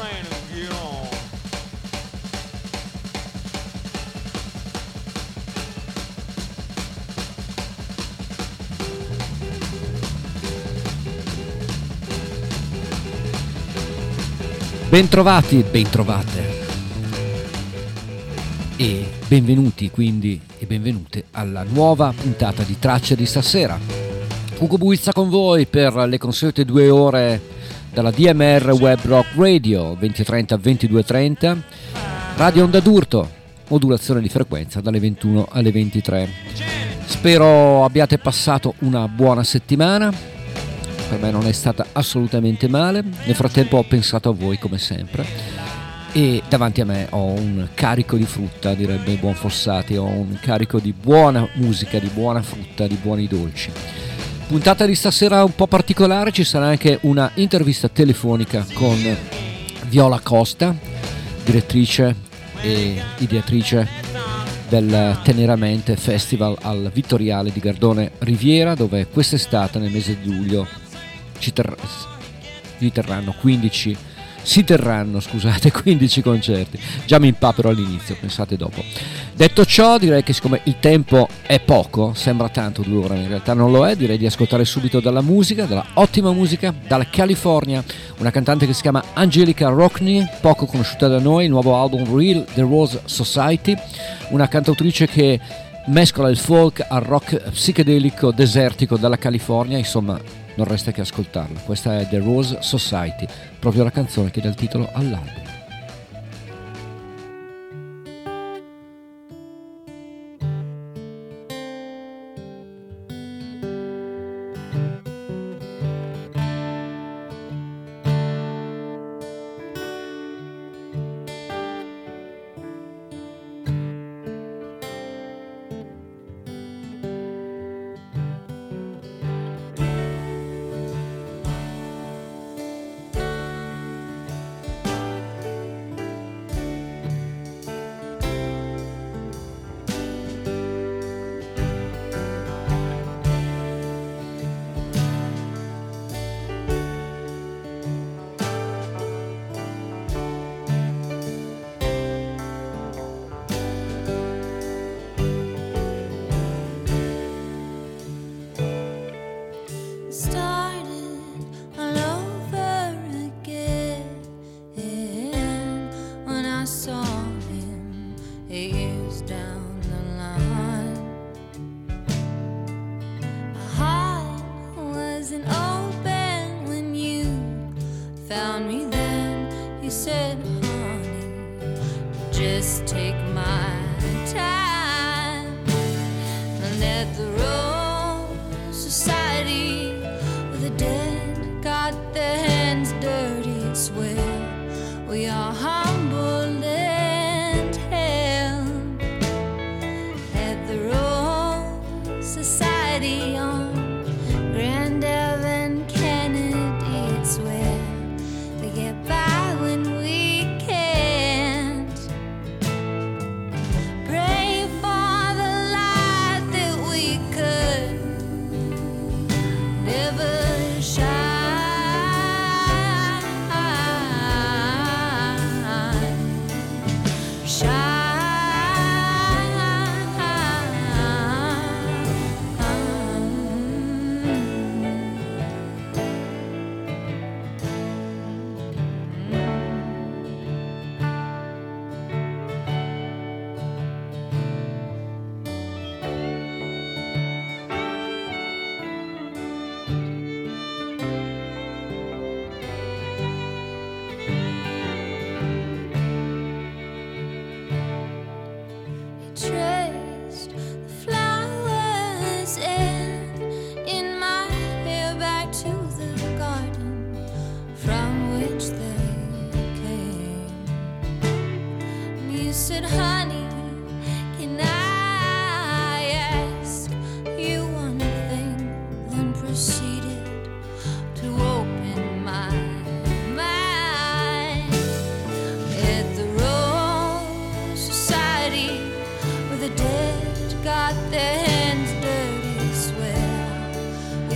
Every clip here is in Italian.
Bentrovati, bentrovate e benvenuti quindi e benvenute alla nuova puntata di Tracce di stasera. Ugo Buizza con voi per le consuete 2 ore dalla DMR Web Rock Radio 2030-2230, Radio Onda d'Urto, modulazione di frequenza dalle 21 alle 23. Spero abbiate passato una buona settimana. Per me non è stata assolutamente male. Nel frattempo ho pensato a voi come sempre e davanti a me ho un carico di frutta, direbbe il buon Fossati, ho un carico di buona musica, di buona frutta, di buoni dolci. Puntata di stasera un po' particolare, ci sarà anche una intervista telefonica con Viola Costa, direttrice e ideatrice del Teneramente Festival al Vittoriale di Gardone Riviera, dove quest'estate nel mese di luglio si terranno 15 concerti. Già mi impapero all'inizio, pensate dopo. Detto ciò, direi che siccome il tempo è poco, sembra tanto 2 ore, in realtà non lo è, direi di ascoltare subito dalla musica, dalla ottima musica, dalla California, una cantante che si chiama Angelica Rockney, poco conosciuta da noi, il nuovo album Real The Rose Society, una cantautrice che mescola il folk al rock psichedelico desertico dalla California, insomma non resta che ascoltarla. Questa è The Rose Society, proprio la canzone che dà il titolo all'album.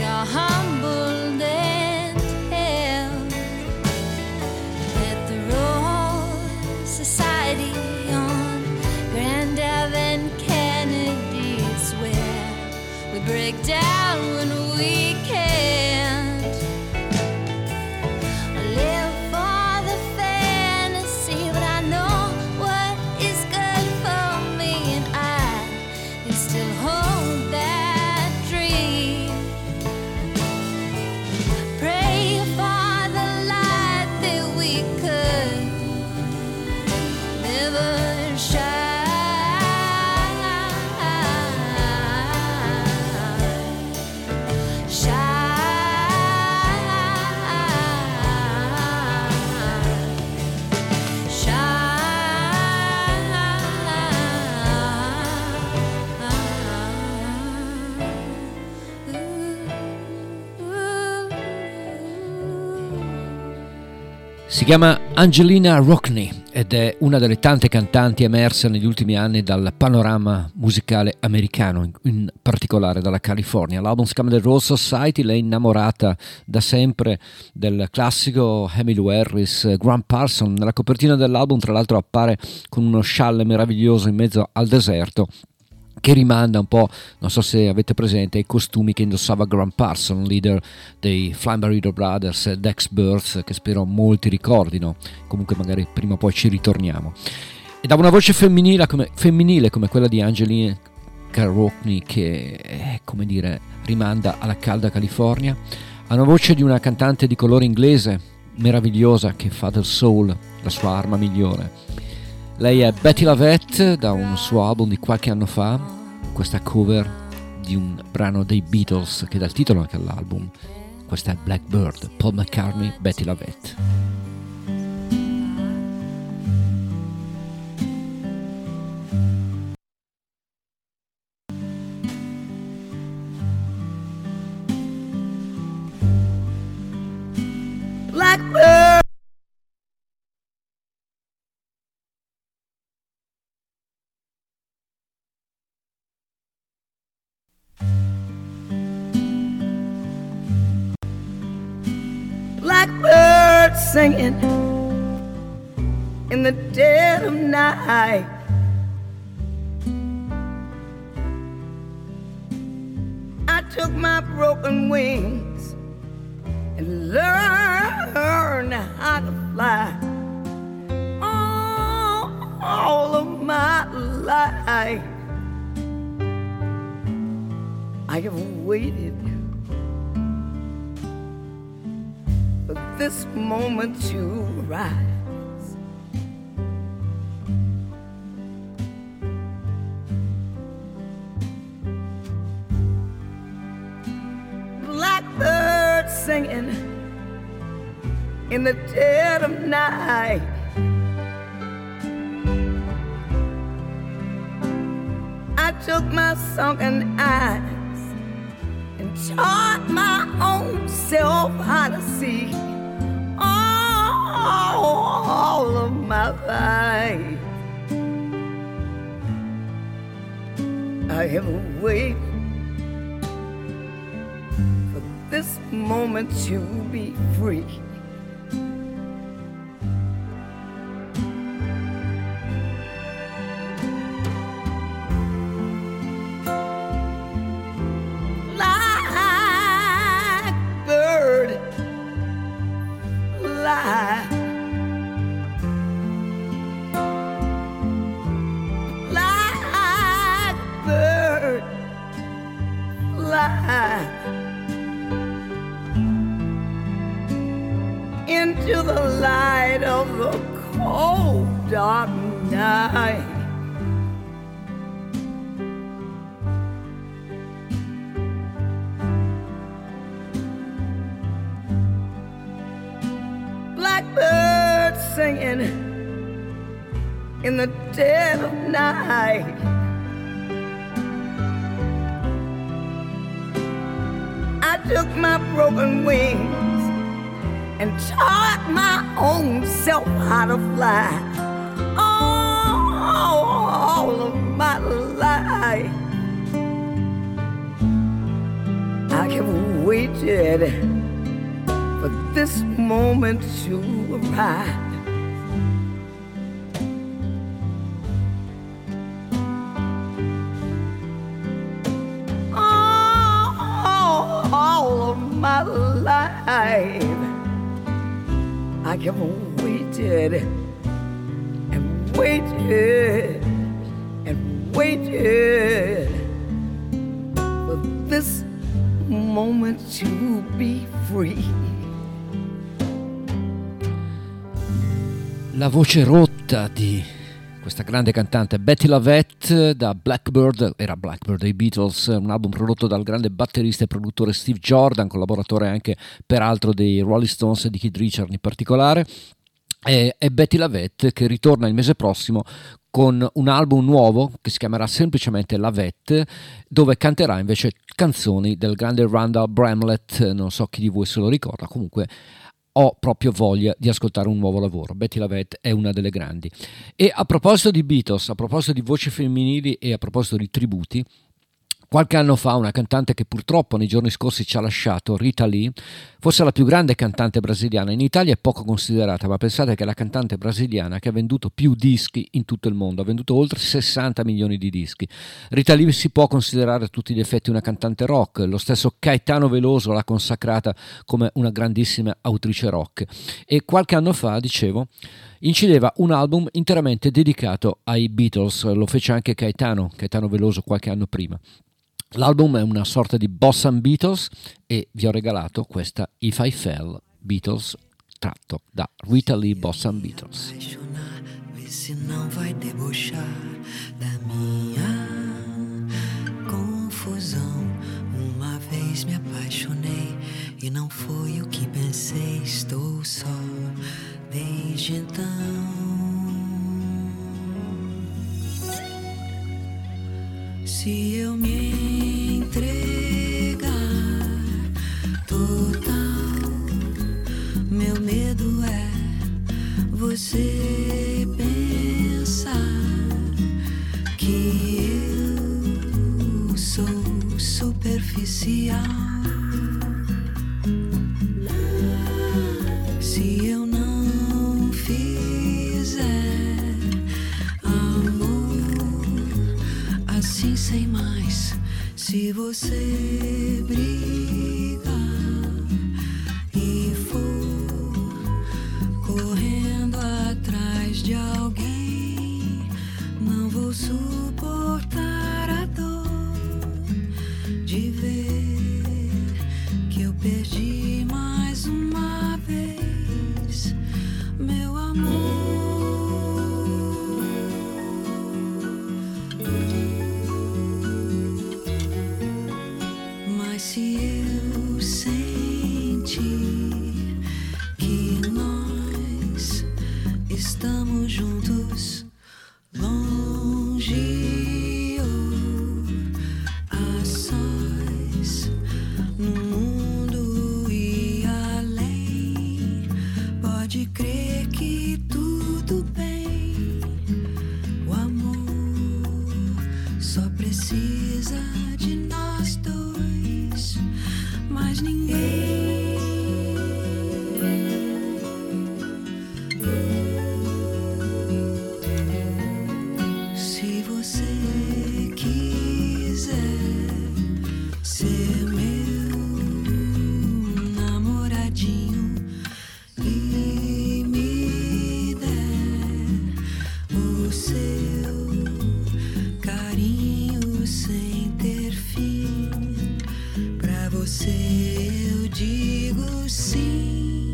Humbled and held at the road. break down when we can't. I live for the fantasy, but I know what is good for me, and I can still hold that dream. Pray for the light that we could never shine. Si chiama Angelina Rockney ed è una delle tante cantanti emerse negli ultimi anni dal panorama musicale americano, in particolare dalla California. L'album si chiama The Road Society, lei è innamorata da sempre del classico Emmylou Harris, Graham Parsons. Nella copertina dell'album tra l'altro appare con uno scialle meraviglioso in mezzo al deserto, che rimanda un po', non so se avete presente, ai costumi che indossava Graham Parsons, leader dei Flying Burrito Brothers, Dex Birth, che spero molti ricordino. Comunque magari prima o poi ci ritorniamo. E da una voce femminile come quella di Angelina Rockney, che come dire, rimanda alla calda California, a una voce di una cantante di colore inglese meravigliosa che fa del soul la sua arma migliore. Lei è Bettye LaVette, da un suo album di qualche anno fa, questa cover di un brano dei Beatles che dà il titolo anche all'album. Questa è Blackbird, Paul McCartney, Bettye LaVette. Blackbird. Blackbird singing in the dead of night. I took my broken wings and learned how to fly. All of my life I have waited for this moment to rise. Blackbird singing in the dead of night. I took my sunken eyes and taught my own self how to see. All of my life I have waited for this moment to be free. Blackbird, fly. Blackbird, fly into the light of the cold dark night. Blackbird singing in the dead of night. I took my broken wings and taught my own self how to fly. All of my life I have waited for this moment to arrive. I kept on waiting and waited and waited for this moment to be free. La voce rotta di questa grande cantante Bettye LaVette da Blackbird, era Blackbird dei Beatles, un album prodotto dal grande batterista e produttore Steve Jordan, collaboratore anche peraltro dei Rolling Stones e di Keith Richards in particolare. È Bettye LaVette che ritorna il mese prossimo con un album nuovo che si chiamerà semplicemente LaVette, dove canterà invece canzoni del grande Randall Bramlett. Non so chi di voi se lo ricorda, comunque ho proprio voglia di ascoltare un nuovo lavoro. Bettye LaVette è una delle grandi. E a proposito di Beatles, a proposito di voci femminili e a proposito di tributi, qualche anno fa una cantante che purtroppo nei giorni scorsi ci ha lasciato, Rita Lee, forse la più grande cantante brasiliana. In Italia è poco considerata, ma pensate che è la cantante brasiliana che ha venduto più dischi in tutto il mondo, ha venduto oltre 60 milioni di dischi. Rita Lee si può considerare a tutti gli effetti una cantante rock, lo stesso Caetano Veloso l'ha consacrata come una grandissima autrice rock. E qualche anno fa, dicevo, incideva un album interamente dedicato ai Beatles, lo fece anche Caetano Veloso qualche anno prima. L'album è una sorta di Bossa and Beatles e vi ho regalato questa If I Fell Beatles tratto da Rita Lee Bossa and Beatles. Vê se não vai debochar da minha confusão. Uma vez me apaixonei e não foi o que pensei. Estou só desde então. Se eu me entregar total, meu medo é você pensar que eu sou superficial. Se eu não fizer assim sem mais, se você brigar e for correndo atrás de alguém, não vou suportar a dor de ver que eu perdi mais uma vez meu amor. Se eu sentir que nós estamos juntos, longe ou a sós, no mundo e além, pode crer que tudo bem. O amor só precisa de nós dois, mas ninguém. Se você quiser ser meu namoradinho e me der o seu carinho sem ter fim, pra você eu digo sim.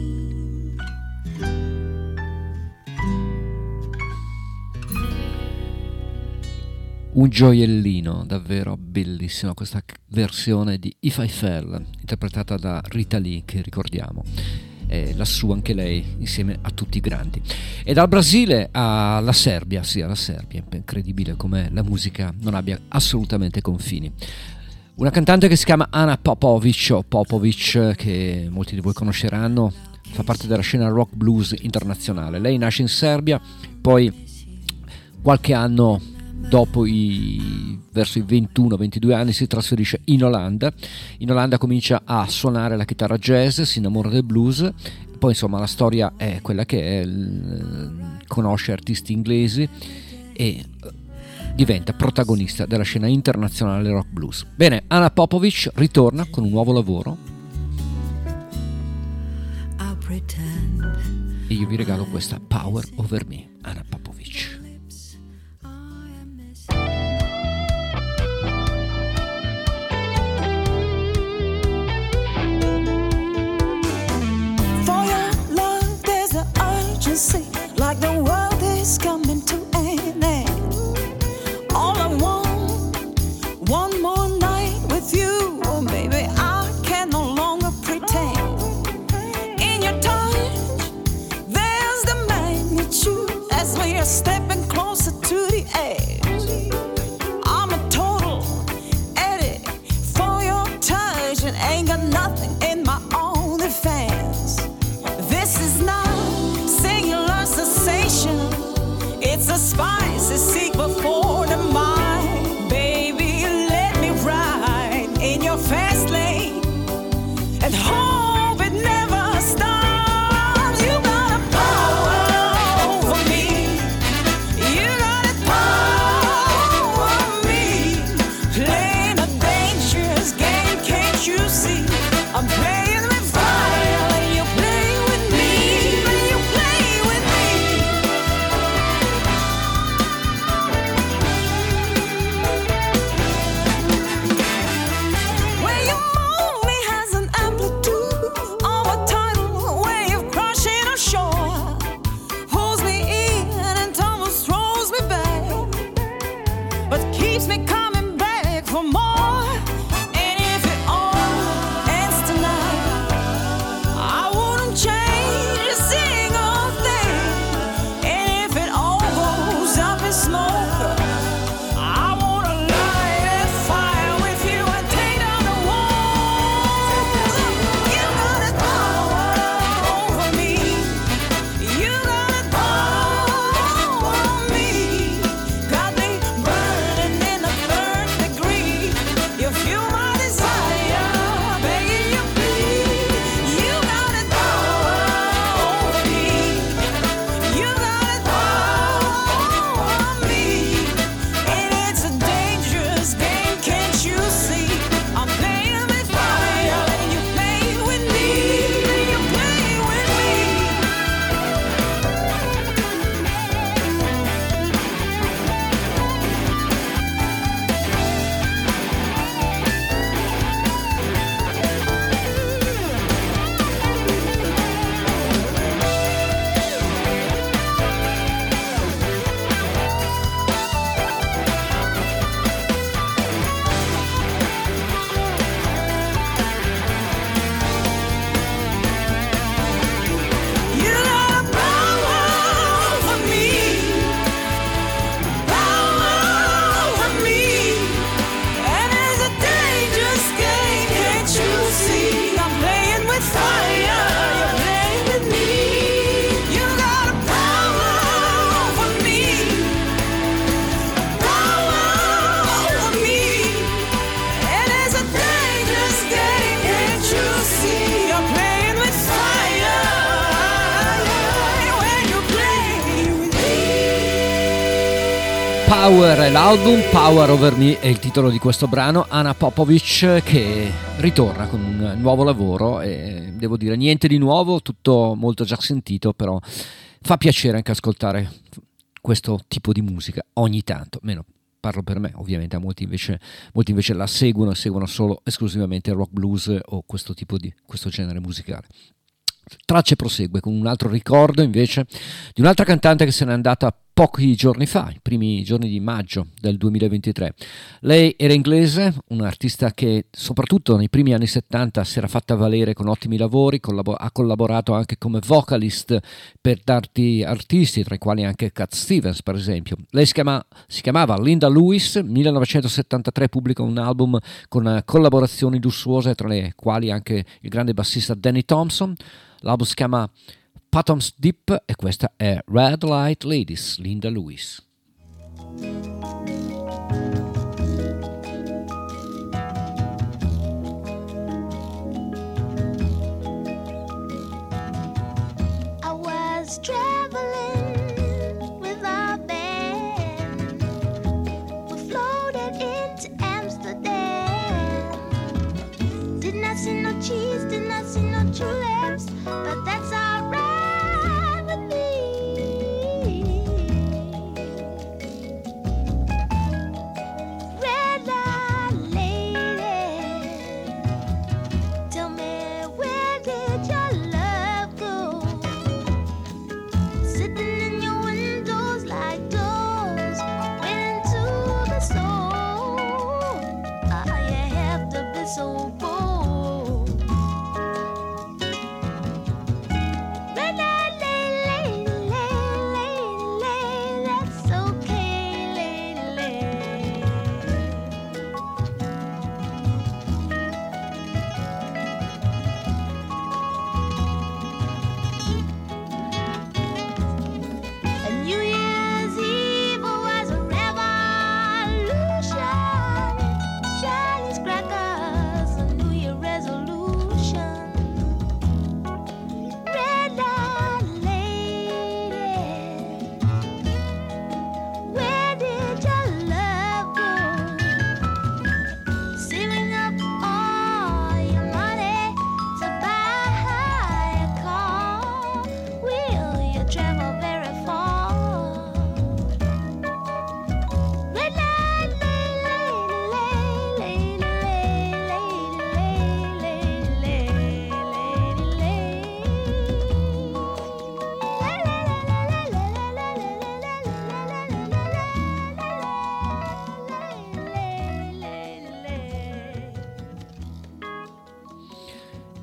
Un gioiellino, davvero bellissima questa versione di If I Fell, interpretata da Rita Lee, che ricordiamo lassù anche lei insieme a tutti i grandi. E dal Brasile alla Serbia, sì, alla Serbia, è incredibile come la musica non abbia assolutamente confini. Una cantante che si chiama Ana Popovic, o Popovic, che molti di voi conosceranno, fa parte della scena rock blues internazionale. Lei nasce in Serbia, poi qualche anno dopo verso i 21-22 anni si trasferisce in Olanda. In Olanda comincia a suonare la chitarra jazz, si innamora del blues, poi insomma la storia è quella che è, conosce artisti inglesi e diventa protagonista della scena internazionale rock blues. Bene, Ana Popovic ritorna con un nuovo lavoro e io vi regalo questa Power Over Me, Anna Popovic. Like the world is coming to an end. All I want, one more night with you, oh baby, I can no longer pretend. In your touch, there's the magnitude as we are stepping closer to the edge. I'm a total addict for your touch and ain't got nothing in my own defense. This is not it's a spice, a sequel for the mind. Baby, let me ride in your fast lane and hope it never stops. You got a power over me. You got a power over me. Playing a dangerous game, can't you see? I'm playing with fire and you play with me. You play with me. Power è l'album, Power Over Me è il titolo di questo brano. Anna Popovic che ritorna con un nuovo lavoro e devo dire niente di nuovo, tutto molto già sentito, però fa piacere anche ascoltare questo tipo di musica ogni tanto, meno parlo per me, ovviamente a molti invece la seguono solo esclusivamente il rock blues o questo genere musicale. Tracce prosegue con un altro ricordo invece di un'altra cantante che se n'è andata pochi giorni fa, i primi giorni di maggio del 2023. Lei era inglese, un'artista che soprattutto nei primi anni 70 si era fatta valere con ottimi lavori, ha collaborato anche come vocalist per tanti artisti, tra i quali anche Cat Stevens per esempio. Lei si chiamava Linda Lewis, 1973 pubblica un album con collaborazioni lussuose, tra le quali anche il grande bassista Danny Thompson. L'album si chiama Bottoms Deep e questa è Red Light Ladies, Linda Lewis. I was traveling with our band. We floated into Amsterdam. Did not see no cheese, did not see no tulips, but that's alright.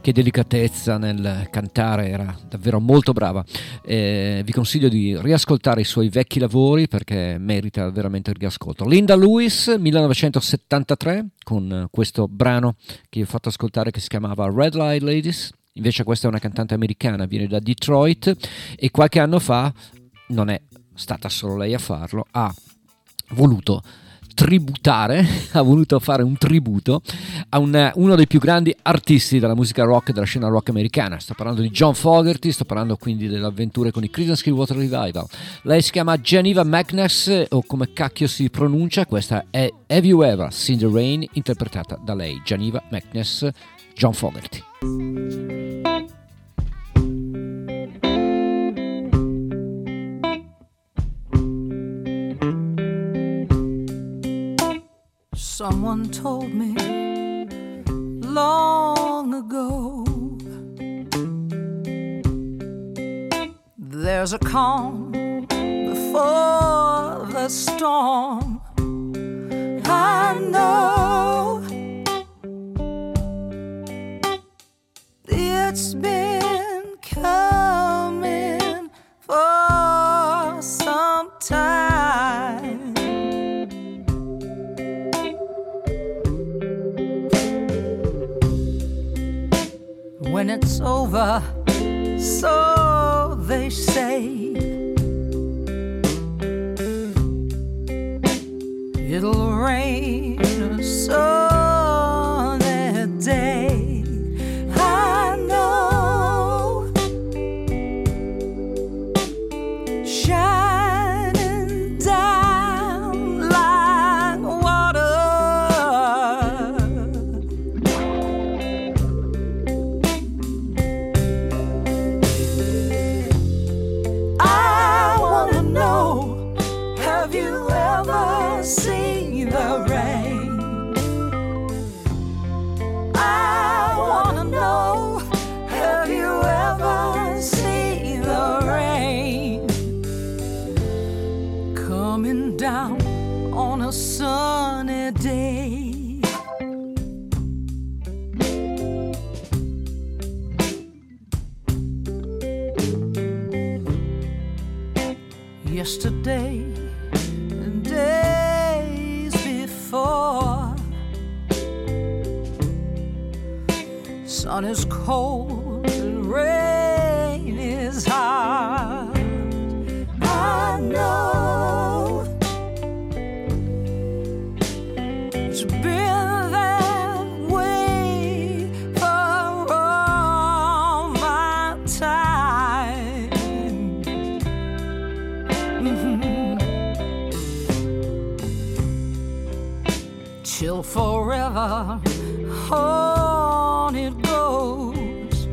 Che delicatezza nel cantare, era davvero molto brava. Vi consiglio di riascoltare i suoi vecchi lavori perché merita veramente il riascolto. Linda Lewis, 1973, con questo brano che vi ho fatto ascoltare che si chiamava Red Light Ladies. Invece questa è una cantante americana, viene da Detroit e qualche anno fa, non è stata solo lei a farlo, ha voluto fare un tributo a uno dei più grandi artisti della musica rock, della scena rock americana. Sto parlando di John Fogerty, sto parlando quindi delle avventure con i Creedence Clearwater Revival. Lei si chiama Geneva McNess, o come cacchio si pronuncia, questa è Have You Ever Seen the Rain, interpretata da lei, Geneva McNess, John Fogerty. Someone told me long ago there's a calm before the storm. I know it's been coming for some time. When it's over, so they say, it'll rain a sunny day. I know, shining down like water. See the rain. I wanna know, have you ever seen the rain coming down on a sunny day? Yesterday, days before, sun is cold and rain is hard. I know it's been that way for all my time. Till forever on it goes,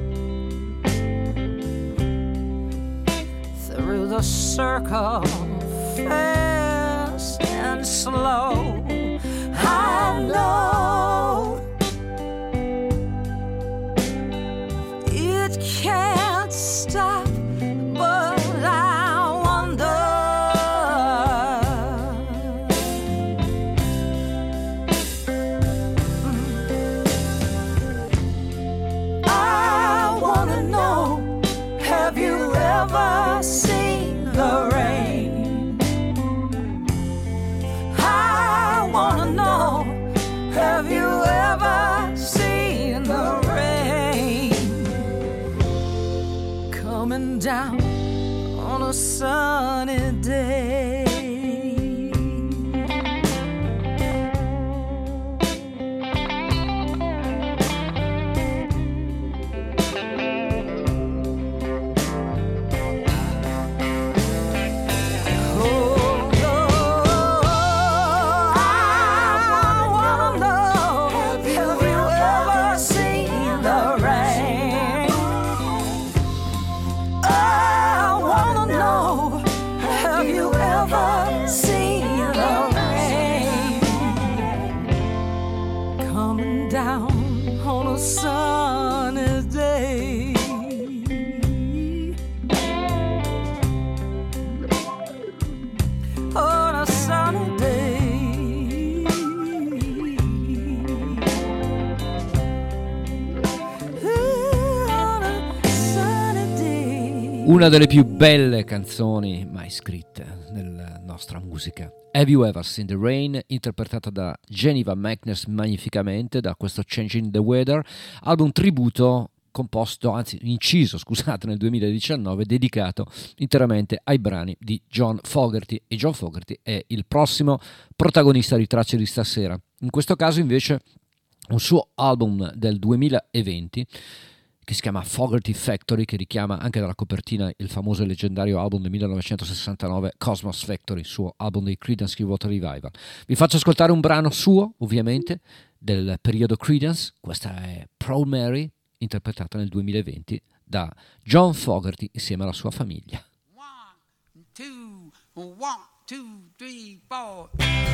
through the circle, fast and slow. I know it can't stop, but I wonder. Have you ever seen the rain? I wanna know, have you ever seen the rain coming down on a sunny day? You Una delle più belle canzoni mai scritte nella nostra musica. Have You Ever Seen the Rain, interpretata da Geneva Magnus magnificamente da questo Changing the Weather, album tributo inciso nel 2019, dedicato interamente ai brani di John Fogerty, e John Fogerty è il prossimo protagonista di Tracce di stasera. In questo caso invece un suo album del 2020 che si chiama Fogerty Factory, che richiama anche dalla copertina il famoso e leggendario album del 1969 Cosmos Factory, suo album dei Creedence Clearwater Revival. Vi faccio ascoltare un brano suo, ovviamente, del periodo Creedence. Questa è Proud Mary, interpretata nel 2020 da John Fogerty insieme alla sua famiglia. 1, 2, 3, 4.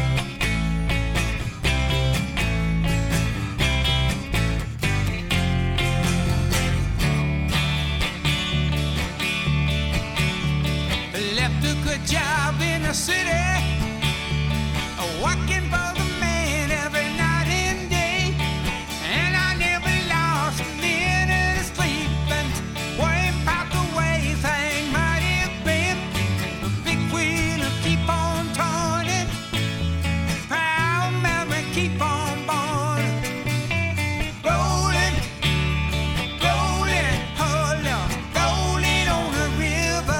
Left a good job in the city, working for the man every night and day, and I never lost a minute of sleep and worrying about the way things might have been. The big wheel will keep on turning, proud memory keep on burning, rolling, rolling, oh Lord, rolling on the river.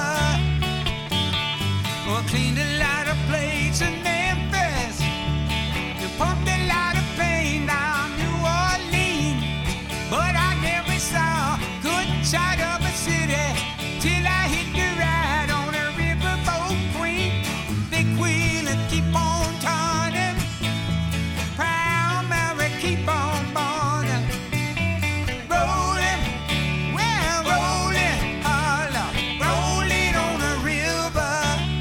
Well, cleaned a lot of plates in Memphis. You pumped a lot of pain down New Orleans. But I never saw a good side of a city till I hit the ride on a riverboat queen. Big wheel and keep on turning. Proud Mary keep on burning. Rolling, well, rolling, oh Lord, rolling on the river.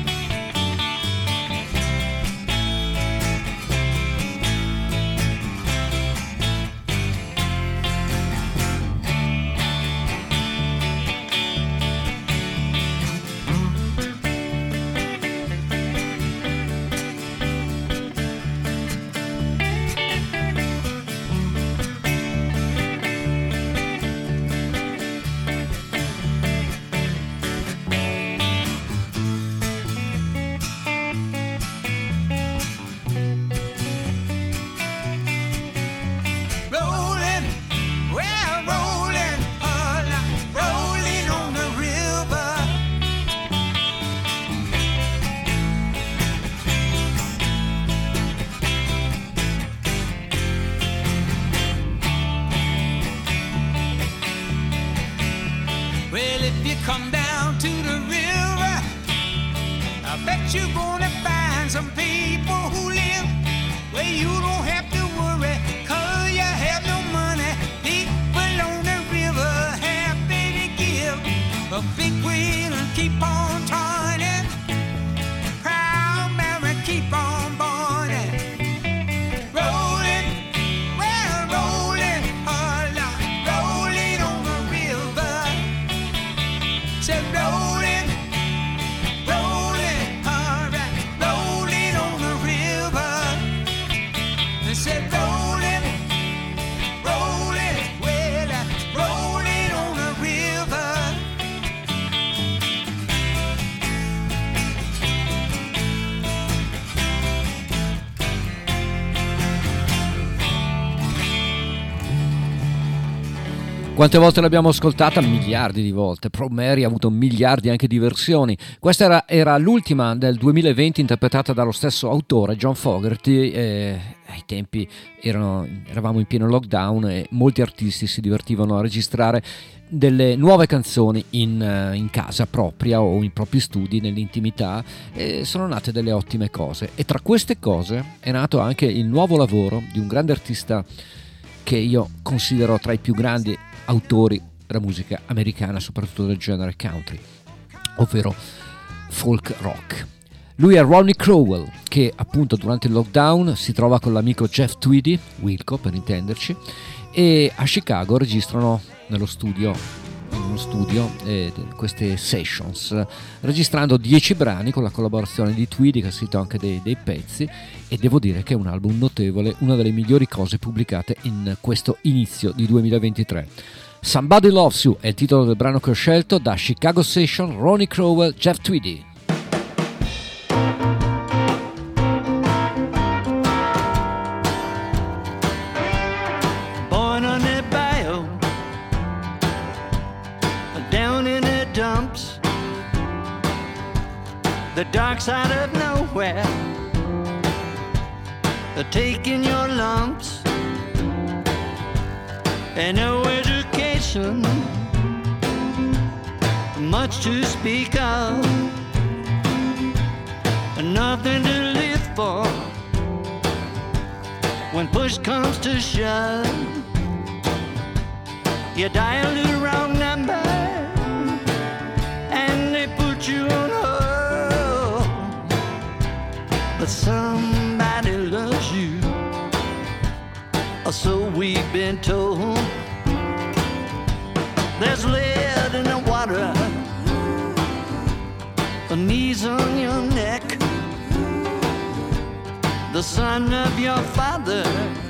Rolling, well, rolling, oh Lord, rolling on the river. Well, if you come down to the river, I bet you're gonna find some people who live where you don't have to worry, 'cause you have no money. People on the river happy to give. A big wheel and keep on turning. Proud Mary keep on burning. Rolling, well, rolling, oh Lord, rolling on the river. Said rolling, rolling, all right, rolling on the river. They said rolling, rolling, well, rolling on the river. Quante volte l'abbiamo ascoltata? Miliardi di volte. Proud Mary ha avuto miliardi anche di versioni. Questa era l'ultima del 2020, interpretata dallo stesso autore, John Fogerty. Ai tempi eravamo in pieno lockdown e molti artisti si divertivano a registrare delle nuove canzoni in casa propria o in propri studi, nell'intimità, e sono nate delle ottime cose. E tra queste cose è nato anche il nuovo lavoro di un grande artista che io considero tra i più grandi autori della musica americana, soprattutto del genere country, ovvero folk rock. Lui è Ronnie Crowell, che appunto durante il lockdown si trova con l'amico Jeff Tweedy, Wilco per intenderci, e a Chicago registrano in uno studio queste sessions, registrando 10 brani con la collaborazione di Tweedy, che ha scritto anche dei pezzi, e devo dire che è un album notevole, una delle migliori cose pubblicate in questo inizio di 2023. Somebody Loves You è il titolo del brano che ho scelto da Chicago Session, Ronnie Crowell, Jeff Tweedy. Born on the bayou, down in the dumps, the dark side of nowhere, taking your lumps, and no education, much to speak of, nothing to live for when push comes to shove. You dial the wrong number and they put you on hold, but somebody loves you, or so we've been told. There's lead in the water, the knees on your neck, the son of your father,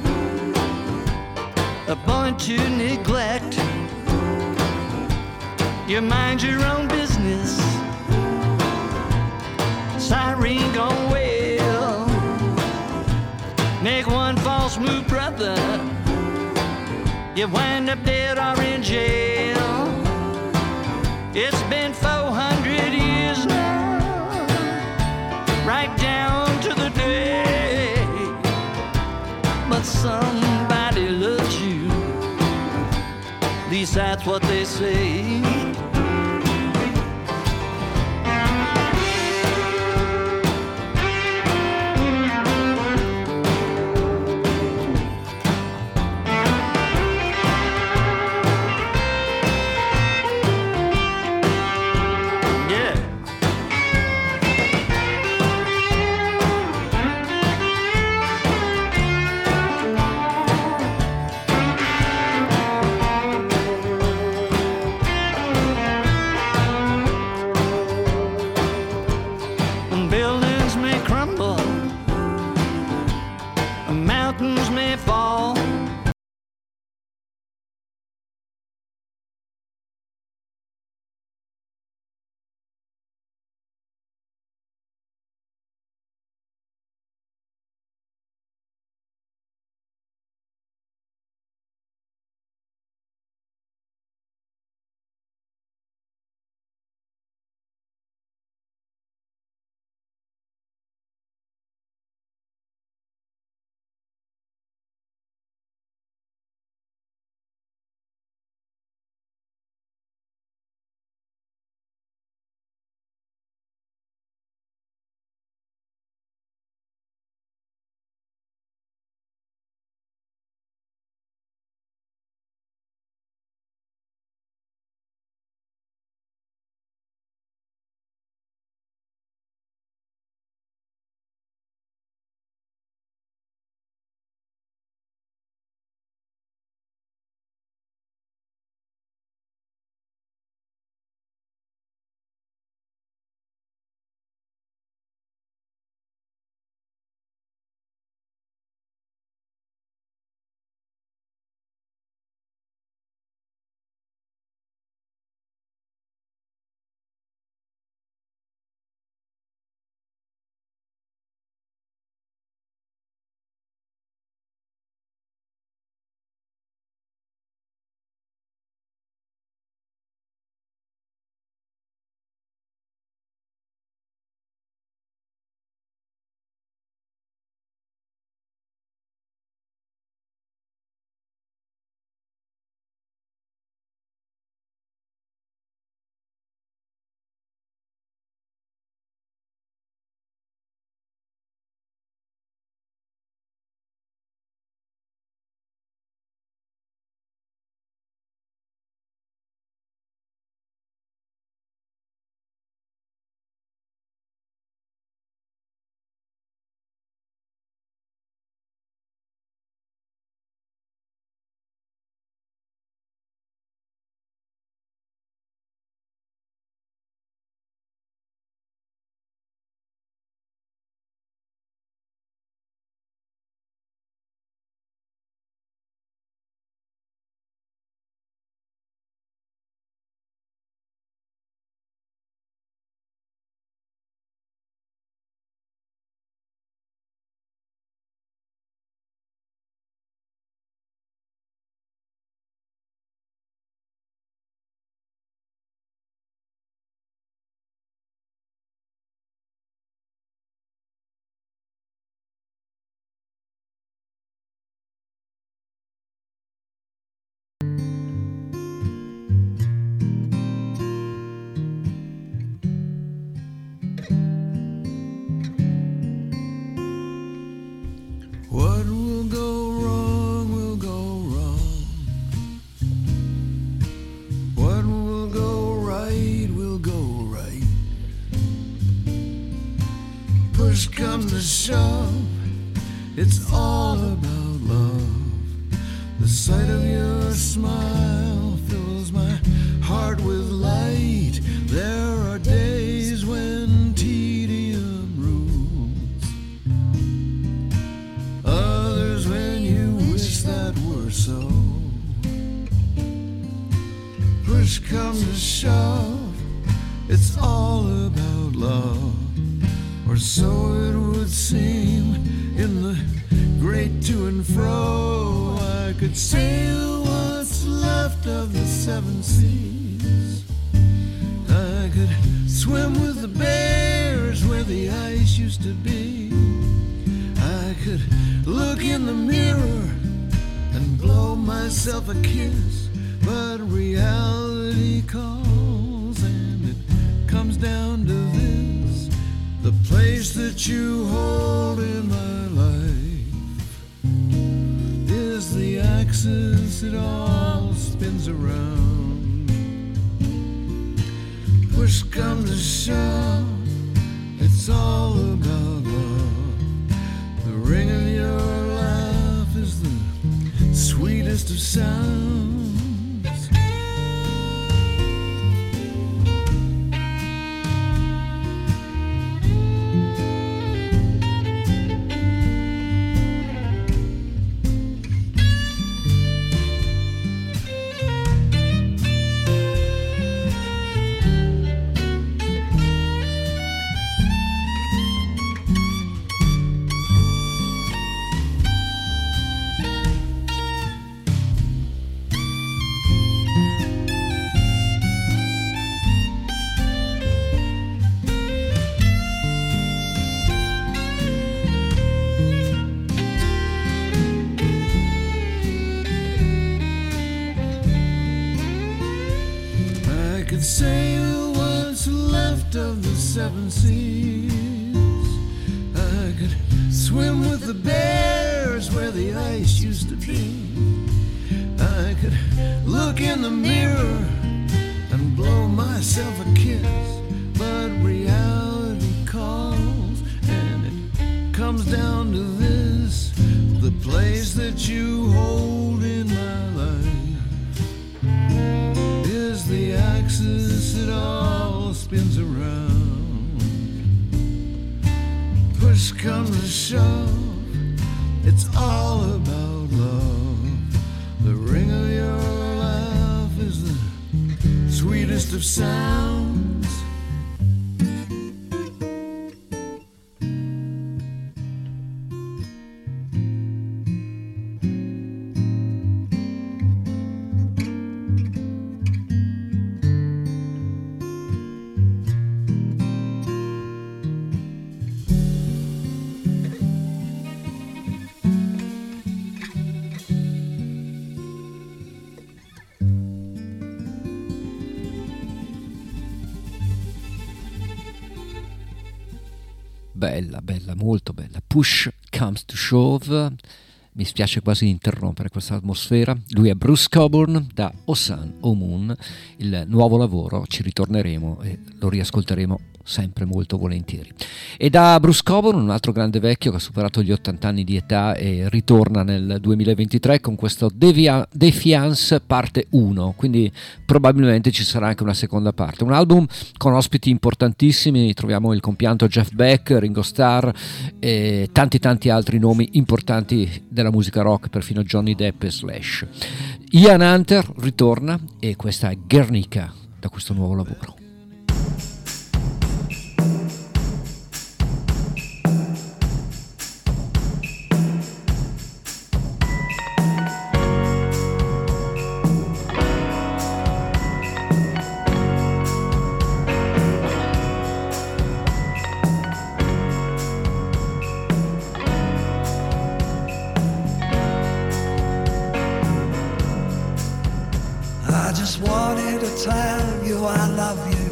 born to neglect. You mind your own business, siren gone well. Make one false move, brother, you wind up dead or in jail. It's been 400 years now, right down to the day, but somebody loves you, at least that's what they say. Mountains may fall, What will go wrong will go wrong. What will go right will go right. Push comes to shove, it's all about love. The sight of your smile fills my heart with light. There are days when tedium rules, others when you wish that were so. Push comes to shove, it's all about love, or so it would seem in the great to and fro. I could sail what's left of the seven seas. I could swim with the bears where the ice used to be. I could look in the mirror and blow myself a kiss, but reality calls and it comes down to this: the place that you hold in my life is the axis it all spins around. Push comes to shove, it's all about love. The ring of your laugh is the sweetest of sounds. Sail what's left of the seven seas. I could swim with the bears where the ice used to be. I could look in the mirror and blow myself a kiss, but reality calls and it comes down to this: the place that you hold in my life is the axis it all spins around. Push comes to shove, it's all about love. The ring of your laugh is the sweetest of sounds. Bella, bella, molto bella. Push comes to shove. Mi spiace quasi interrompere questa atmosfera. Lui è Bruce Cockburn da O Sun O Moon. Il nuovo lavoro, ci ritorneremo e lo riascolteremo sempre molto volentieri. E da Bruce Cockburn, un altro grande vecchio che ha superato gli 80 anni di età e ritorna nel 2023 con questo Defiance parte 1, quindi probabilmente ci sarà anche una seconda parte. Un album con ospiti importantissimi, troviamo il compianto Jeff Beck, Ringo Starr e tanti altri nomi importanti della musica rock, perfino Johnny Depp e Slash. Ian Hunter ritorna e questa è Guernica da questo nuovo lavoro. I just wanted to tell you I love you.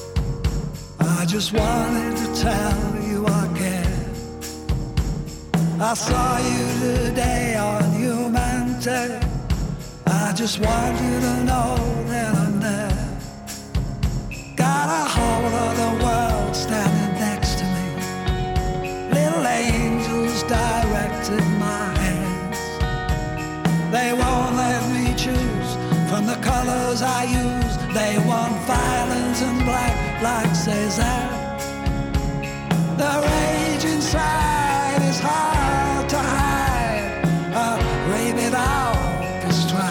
I just wanted to tell you I care. I saw you today on Humanity. I just want you to know that I'm there. Got a whole other world standing next to me. Little angels directed my hands. They won't let me choose from the colors I use. They want violence and black like Cézanne. The rage inside is hard to hide. A rabid orchestra.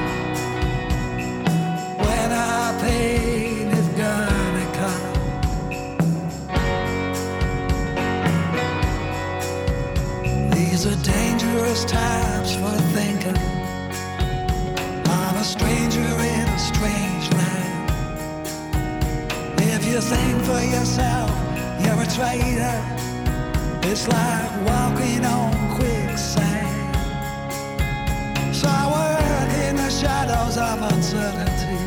When our pain is gonna come. These are dangerous times for thinking. I'm a stranger in a strange land. If you think for yourself, you're a traitor. It's like walking on quicksand. So I work in the shadows of uncertainty,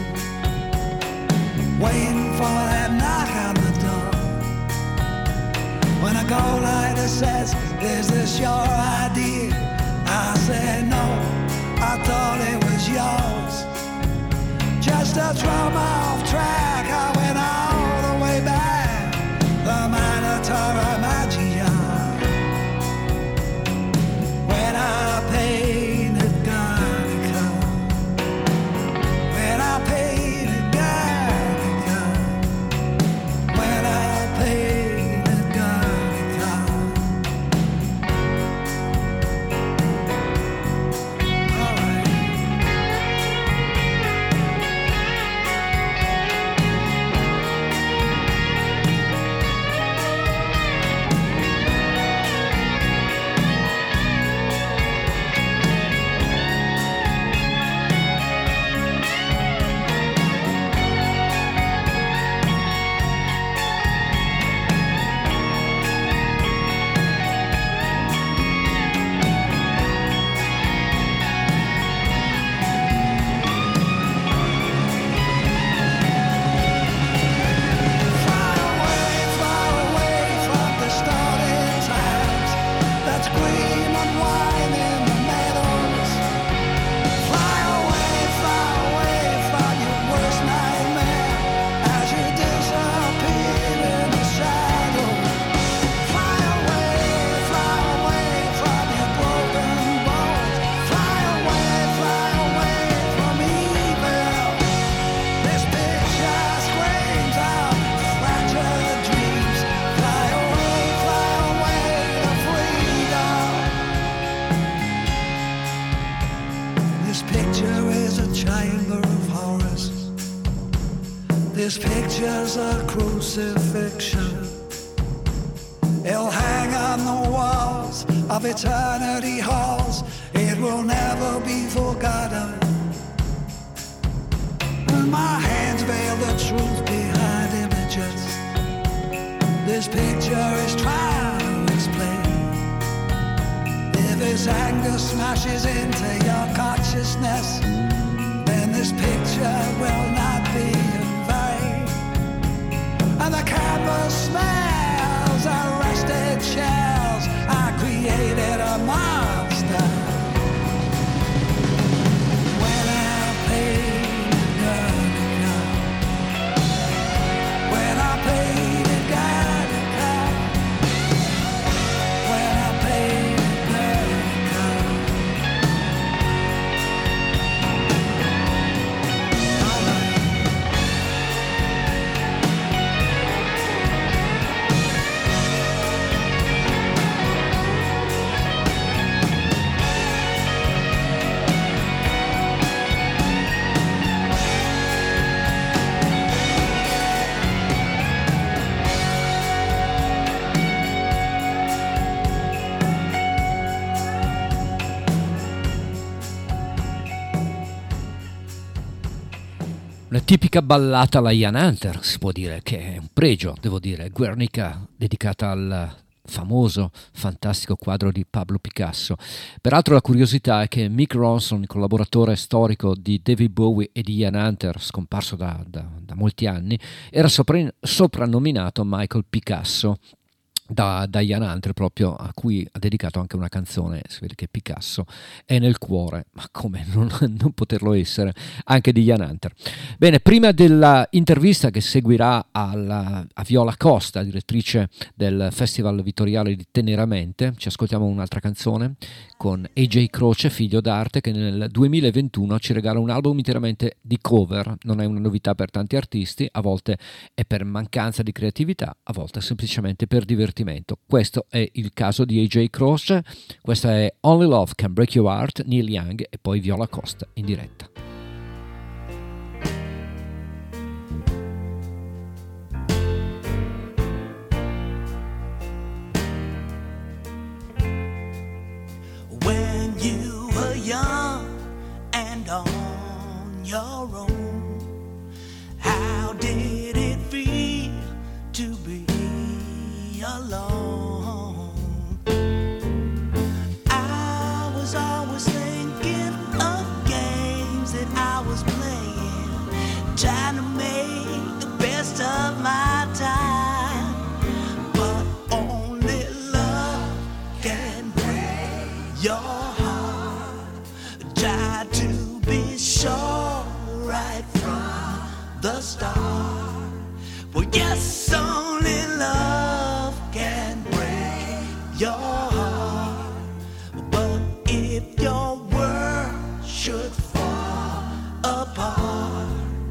waiting for that knock on the door. When a go-lighter says, is this your idea? I say no, I thought it was yours. Just to throw me off track, I went all the way back. The Minotaur Magia. When our pain had gonna come. When our pain had gonna come. When our pain had gonna come. All right. This picture's a crucifixion. It'll hang on the walls of eternity halls. It will never be forgotten. And my hands veil the truth behind images. This picture is trying to explain. If its anger smashes into your consciousness, then this picture will not be in vain. And the canvas smells of rusted shells. I created a monster. When our pain is gonna come. When our pain is gonna come. When our pain is gonna come. All right. Una tipica ballata alla Ian Hunter, si può dire, che è un pregio, devo dire. Guernica, dedicata al famoso, fantastico quadro di Pablo Picasso. Peraltro la curiosità è che Mick Ronson, il collaboratore storico di David Bowie e di Ian Hunter, scomparso da molti anni, era soprannominato Michael Picasso, da Ian Hunter, proprio a cui ha dedicato anche una canzone. Si vede che Picasso è nel cuore, ma come non poterlo essere anche di Ian Hunter. Bene, prima della intervista che seguirà a Viola Costa, direttrice del Festival Vittoriale di Teneramente, ci ascoltiamo un'altra canzone con AJ Croce, figlio d'arte, che nel 2021 ci regala un album interamente di cover. Non è una novità per tanti artisti, a volte è per mancanza di creatività, a volte semplicemente per divertimento. Questo è il caso di AJ Croce. Questa è Only Love Can Break Your Heart, Neil Young, e poi Viola Costa in diretta. When you were young and on your own, how did it feel to be alone? I was always thinking of games that I was playing, trying to make the best of my time, but only love can break your heart. Try to be sure right from the start. Well, yes, only love can break your heart. But if your world should fall apart,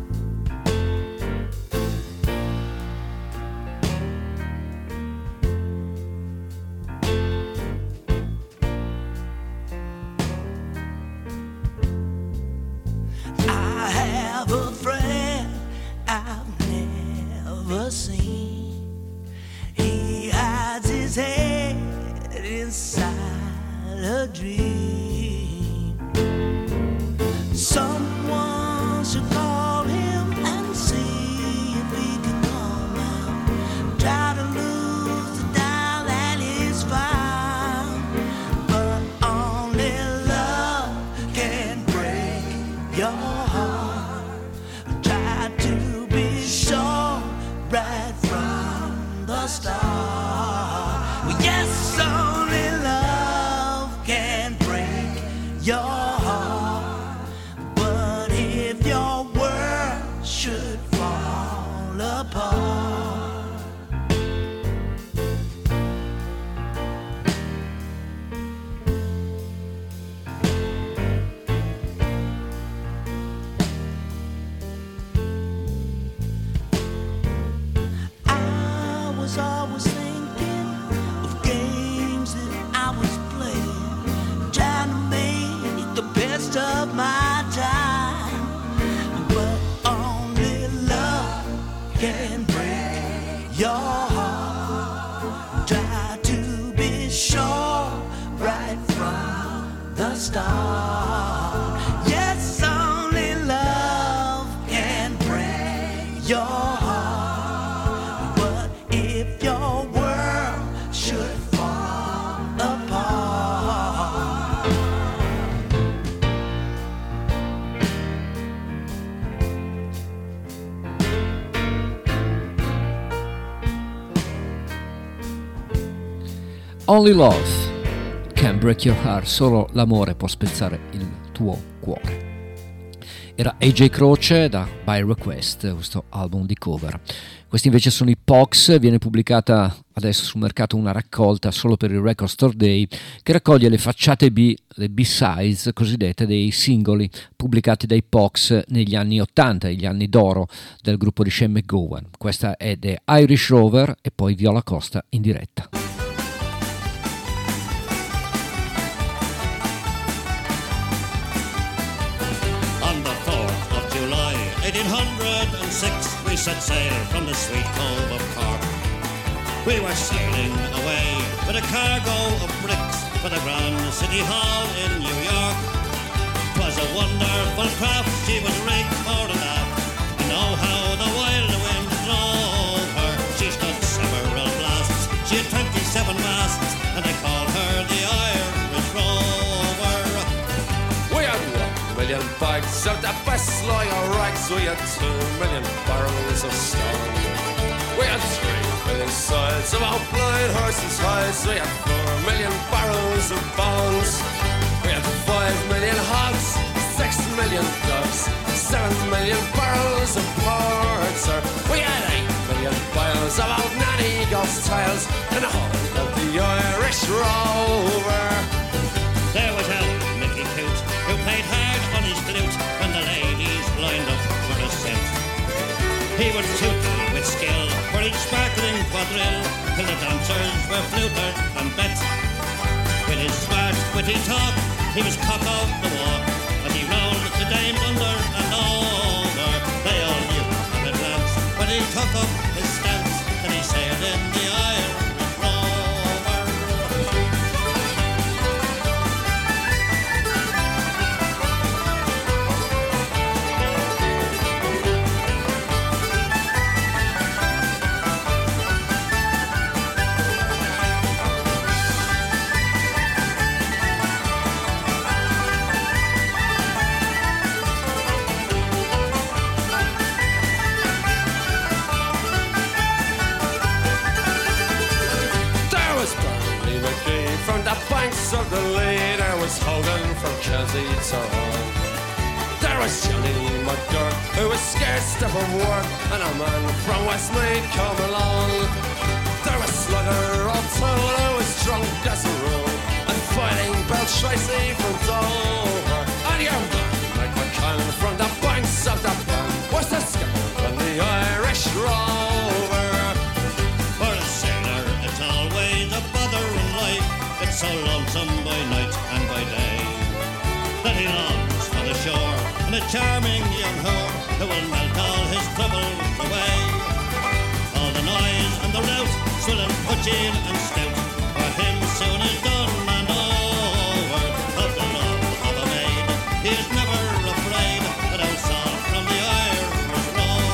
I have a friend I've never seen. He hides his head inside a dream. Someone should call him and see if he can come out. Try to lose the doubt that he's found, but only love can break your heart. Try to be sure right from the start. Well, yes, only love can break your heart. But if your world should fall apart, I was always thinking of games that I was playing, trying to make the best of my time, but only love can break your heart. Try to be sure right from the start. Yes, only love can break your heart. But if your world should fall apart, Only Love Can Break Your Heart, solo l'amore può spezzare il tuo cuore. Era AJ Croce da By Request, questo album di cover. Questi invece sono i Pox. Viene pubblicata adesso sul mercato una raccolta solo per il Record Store Day che raccoglie le facciate B, le B-sides cosiddette dei singoli pubblicati dai Pox negli anni 80, gli anni d'oro del gruppo di Shane MacGowan. Questa è The Irish Rover e poi Viola Costa in diretta. On the 4th of July, 1806, we set sail from the sweet cove of Cork. We were sailing away with a cargo of bricks for the Grand City Hall in New York. 'Twas a wonderful craft, she was rigged fore and aft, and oh how the wild wind drove her. She stood several blasts, she had 27 masts, and they called her the Irish Rover. We had 1 million bags of the best lawyer rags. We had 2 million barrels of stone. We had 3 with his sides of our blind horses' hides. We had 4 million barrels of bones. We had 5 million hogs, 6 million dogs, 7 million barrels of port, sir. We had 8 million vials of old nanny ghost tiles and a whole of the Irish rover. There was old Mickey Coot, who played hard on his flute when the ladies lined up for the scent. He would toot with skill for each sparkling quadrille till the dancers were flutered and bet. With his smart, witty talk, he was cock of the walk, and he rolled the dames under and over. They all knew at a glance when he took up his stance that he sailed in the Irish rover. From the banks of the Lee, there was Hogan from Chelsea to Hull. There was Johnny McGurk, who was scared stiff of work, and a man from Westmeath come along. There was Slugger O'Toole, who was drunk as a rule, and fighting Bell Tracy from Dover. And your man, Mike McCann, from the banks of the Bann, was the skipper on the Irish rover. For a sailor, it's always a bother in life. It's so lonesome by night and by day that he longs for the shore and a charming young whore who will melt all his troubles away. All the noise and the rout, swilling, pudging and stout, for him soon is done and over. Of the love of a maid, he is never afraid that I'll saw from the Irish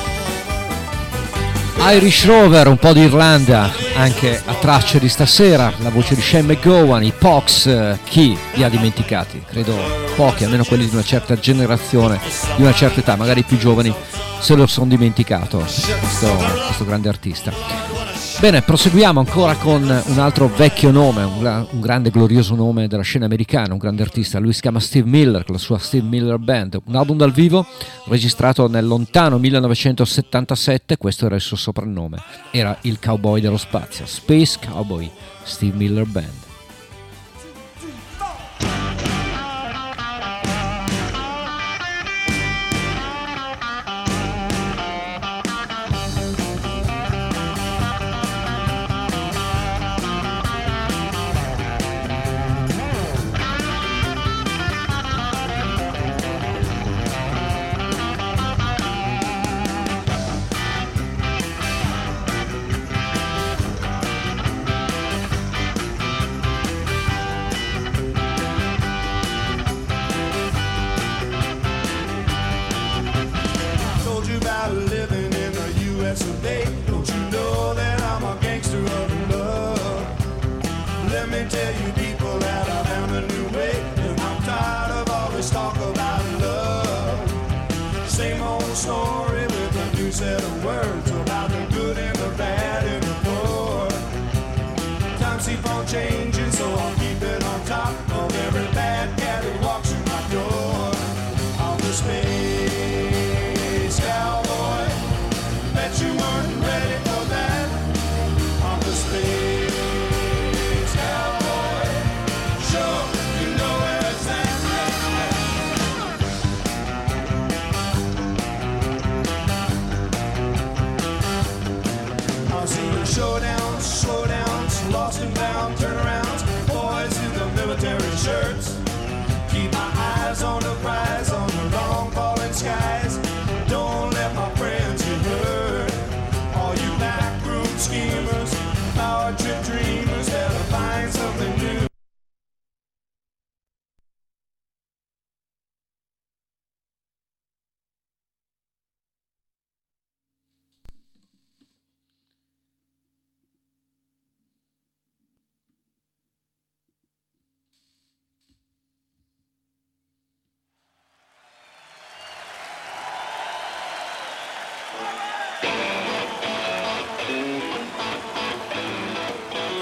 rover. Irish Rover, un po' di Irlanda anche a tracce di stasera, la voce di Shane MacGowan, i Pox, chi li ha dimenticati? Credo pochi, almeno quelli di una certa generazione, di una certa età, magari i più giovani se lo sono dimenticato questo grande artista. Bene, proseguiamo ancora con un altro vecchio nome, un grande glorioso nome della scena americana, un grande artista. Lui si chiama Steve Miller, con la sua Steve Miller Band, un album dal vivo registrato nel lontano 1977. Questo era il suo soprannome, era il cowboy dello spazio, Space Cowboy, Steve Miller Band.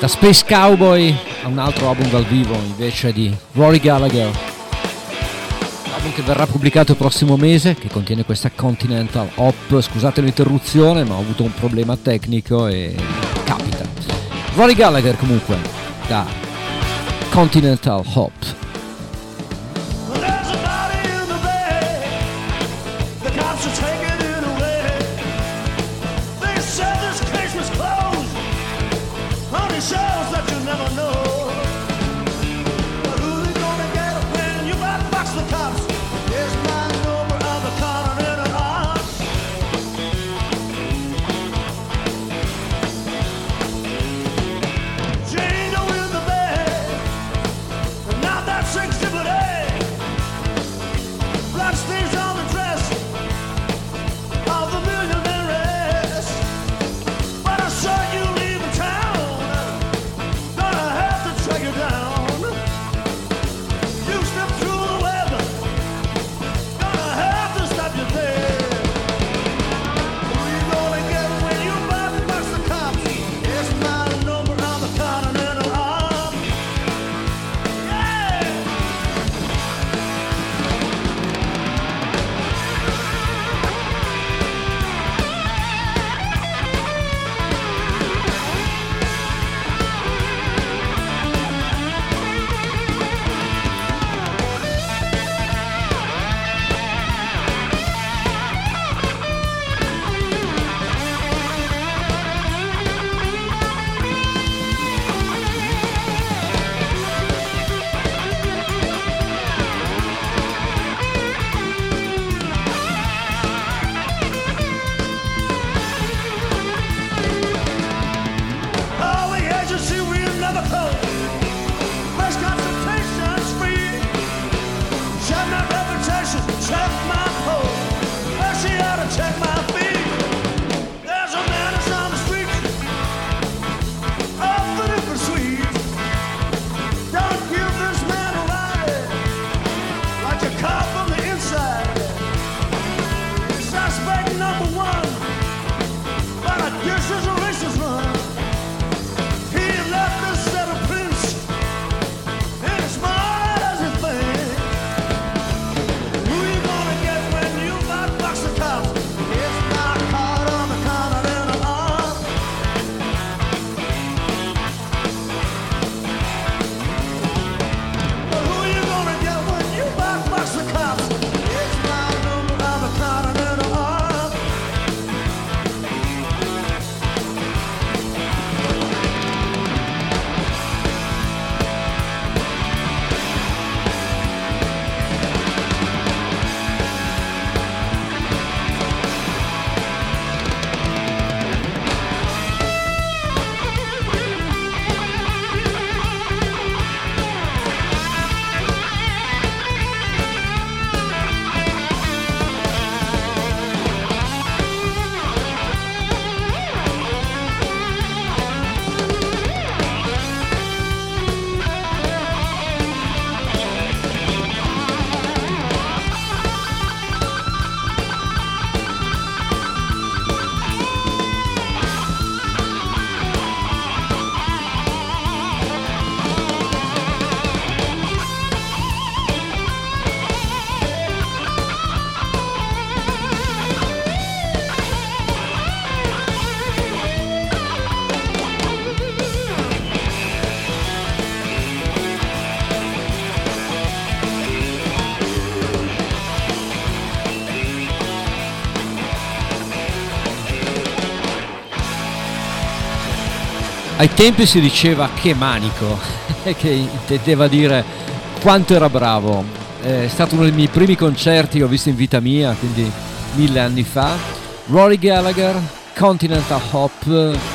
Da Space Cowboy a un altro album dal vivo invece di Rory Gallagher, album che verrà pubblicato il prossimo mese, che contiene questa Continental Hop. Scusate l'interruzione, ma ho avuto un problema tecnico e capita. Rory Gallagher comunque da Continental Hop. Ai tempi si diceva che manico, che intendeva dire quanto era bravo. È stato uno dei miei primi concerti che ho visto in vita mia, quindi 1000 anni fa. Rory Gallagher, Continental Hop,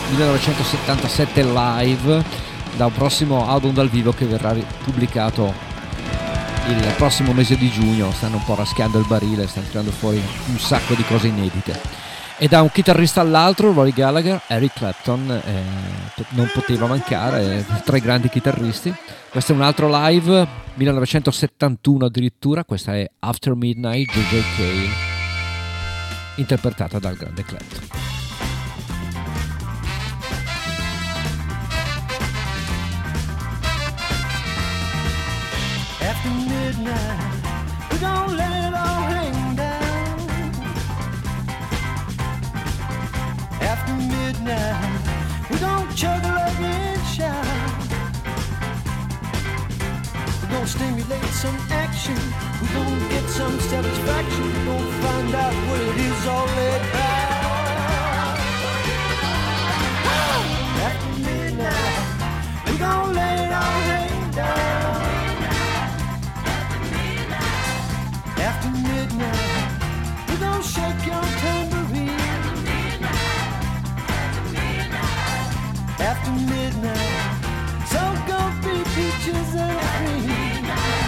1977 live, da un prossimo album dal vivo che verrà pubblicato il prossimo mese di giugno. Stanno un po' raschiando il barile, stanno tirando fuori un sacco di cose inedite. E da un chitarrista all'altro, Rory Gallagher, Eric Clapton non poteva mancare, tra i grandi chitarristi. Questo è un altro live, 1971 addirittura. Questa è After Midnight, J.J. Cale, interpretata dal grande Clapton. After midnight, we gon' let it all hang down. After midnight, we gon' juggle up and shout. We gon' stimulate some action. We gon' get some satisfaction. We gon' find out what it is all about. After midnight, we gon' let it all hang down. After midnight, we gon' shake your tambourine. After midnight, so gon' be peaches and cream.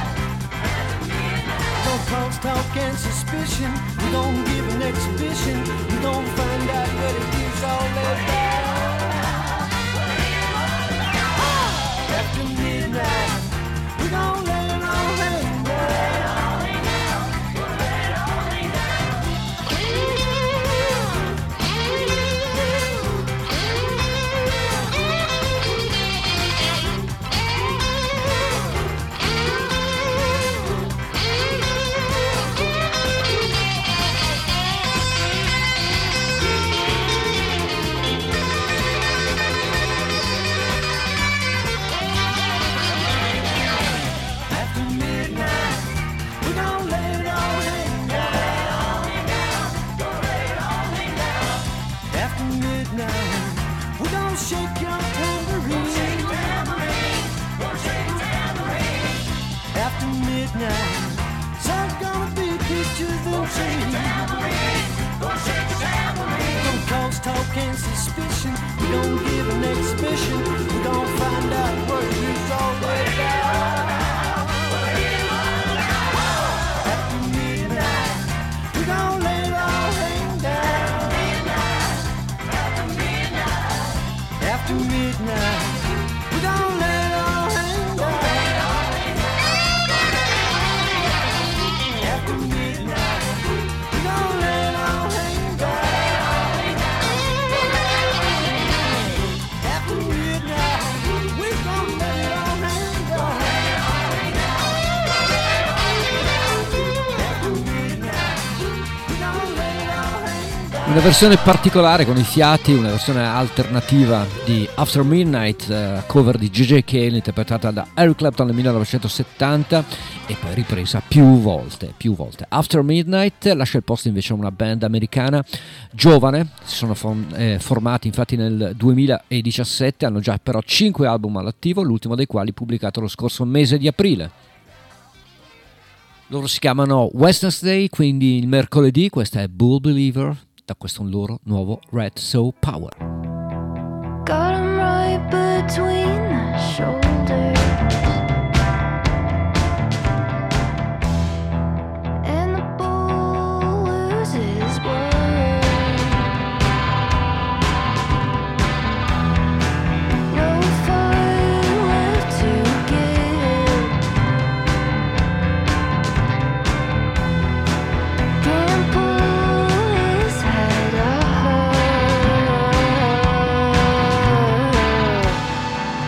Don't cause talk and suspicion. We gon' give an exhibition. We gon' find out what it is all about. After midnight, we gon' let it all hang down. Shake your tambourine. After midnight, so gonna be peaches and cream. Don't cause talk and suspicion. We don't give an exhibition. We don't find out what it's all about. After midnight, we gon' let it all hang down. After midnight, we gon' let it all hang down. After midnight, we gon' let it all hang down. After midnight, we gon' let it all hang down. After midnight, we gon' let it all hang down. Una versione particolare con i fiati, una versione alternativa di After Midnight, cover di J.J. Cale, interpretata da Eric Clapton nel 1970 e poi ripresa più volte. After Midnight lascia il posto invece a una band americana giovane, si sono formati infatti nel 2017, hanno già però 5 album all'attivo, l'ultimo dei quali pubblicato lo scorso mese di aprile. Loro si chiamano Wednesday, quindi il mercoledì. Questa è Bull Believer, da questo un loro nuovo Red Soul Power. Got him right between the shoulders, and the bull loses blood. No fight left to give. Can't pull his head up.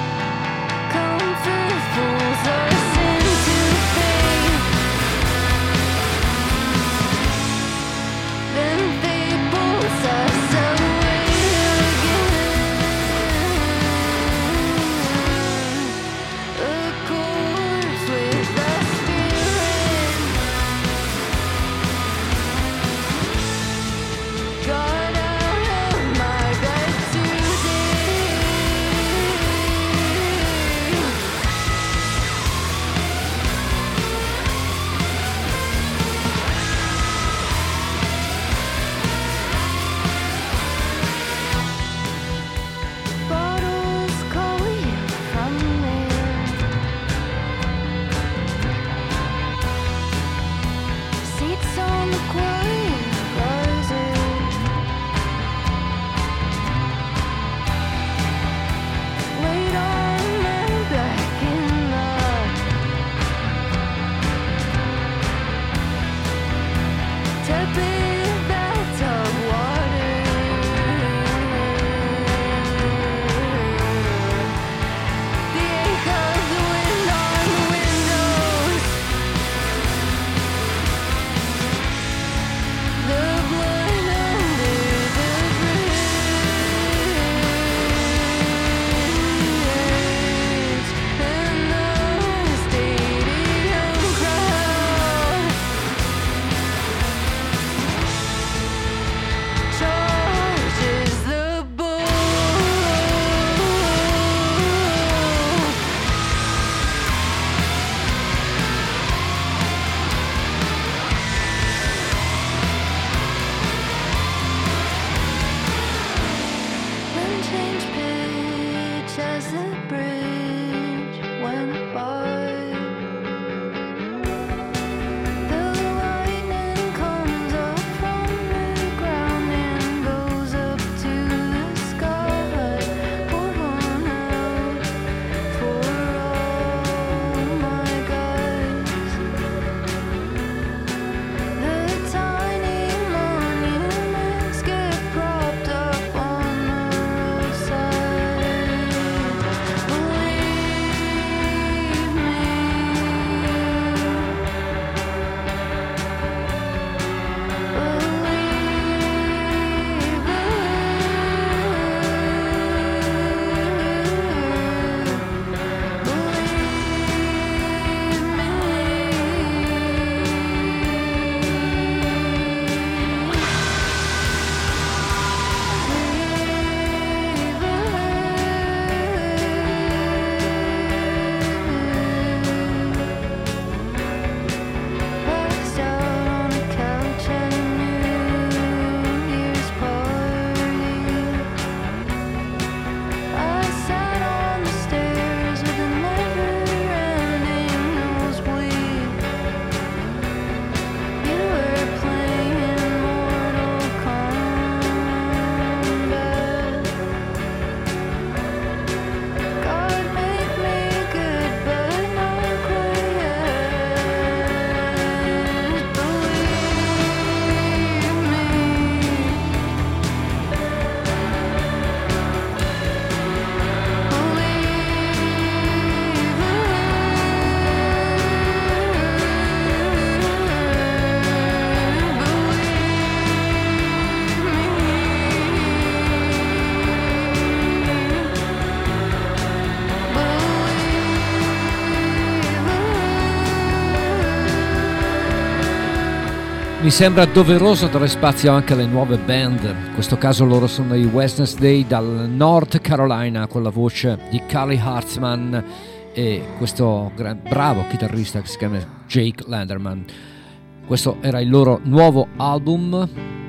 Mi sembra doveroso dare spazio anche alle nuove band. In questo caso loro sono i Wednesday dal North Carolina, con la voce di Carly Hartman e questo bravo chitarrista che si chiama Jake Landerman. Questo era il loro nuovo album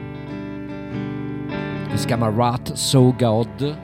che si chiama Rat So God.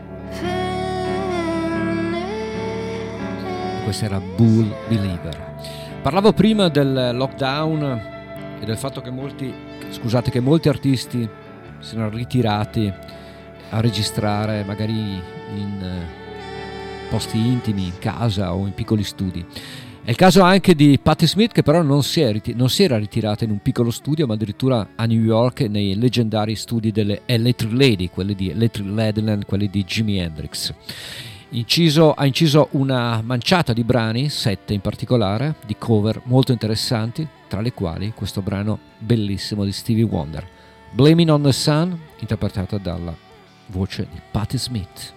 Questo era Bull Believer. Parlavo prima del lockdown e del fatto che molti artisti si sono ritirati a registrare magari in posti intimi, in casa o in piccoli studi. È il caso anche di Patti Smith, che però non si era ritirata in un piccolo studio, ma addirittura a New York nei leggendari studi delle Electric Lady, quelli di Electric Ladyland, quelli di Jimi Hendrix. Ha inciso una manciata di brani, 7 in particolare, di cover molto interessanti, tra le quali questo brano bellissimo di Stevie Wonder, Blaming on the Sun, interpretata dalla voce di Patti Smith.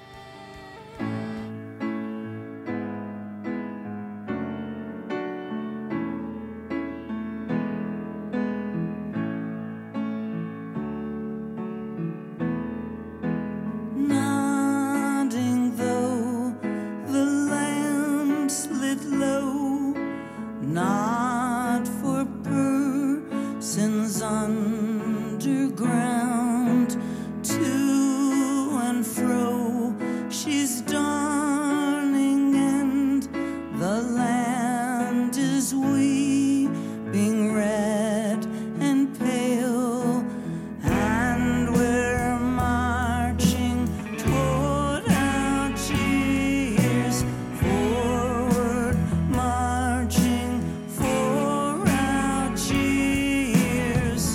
Not for persons underground, to and fro she's darning, and the land is weeping red and pale, and we're marching toward our cheers, forward marching for our cheers.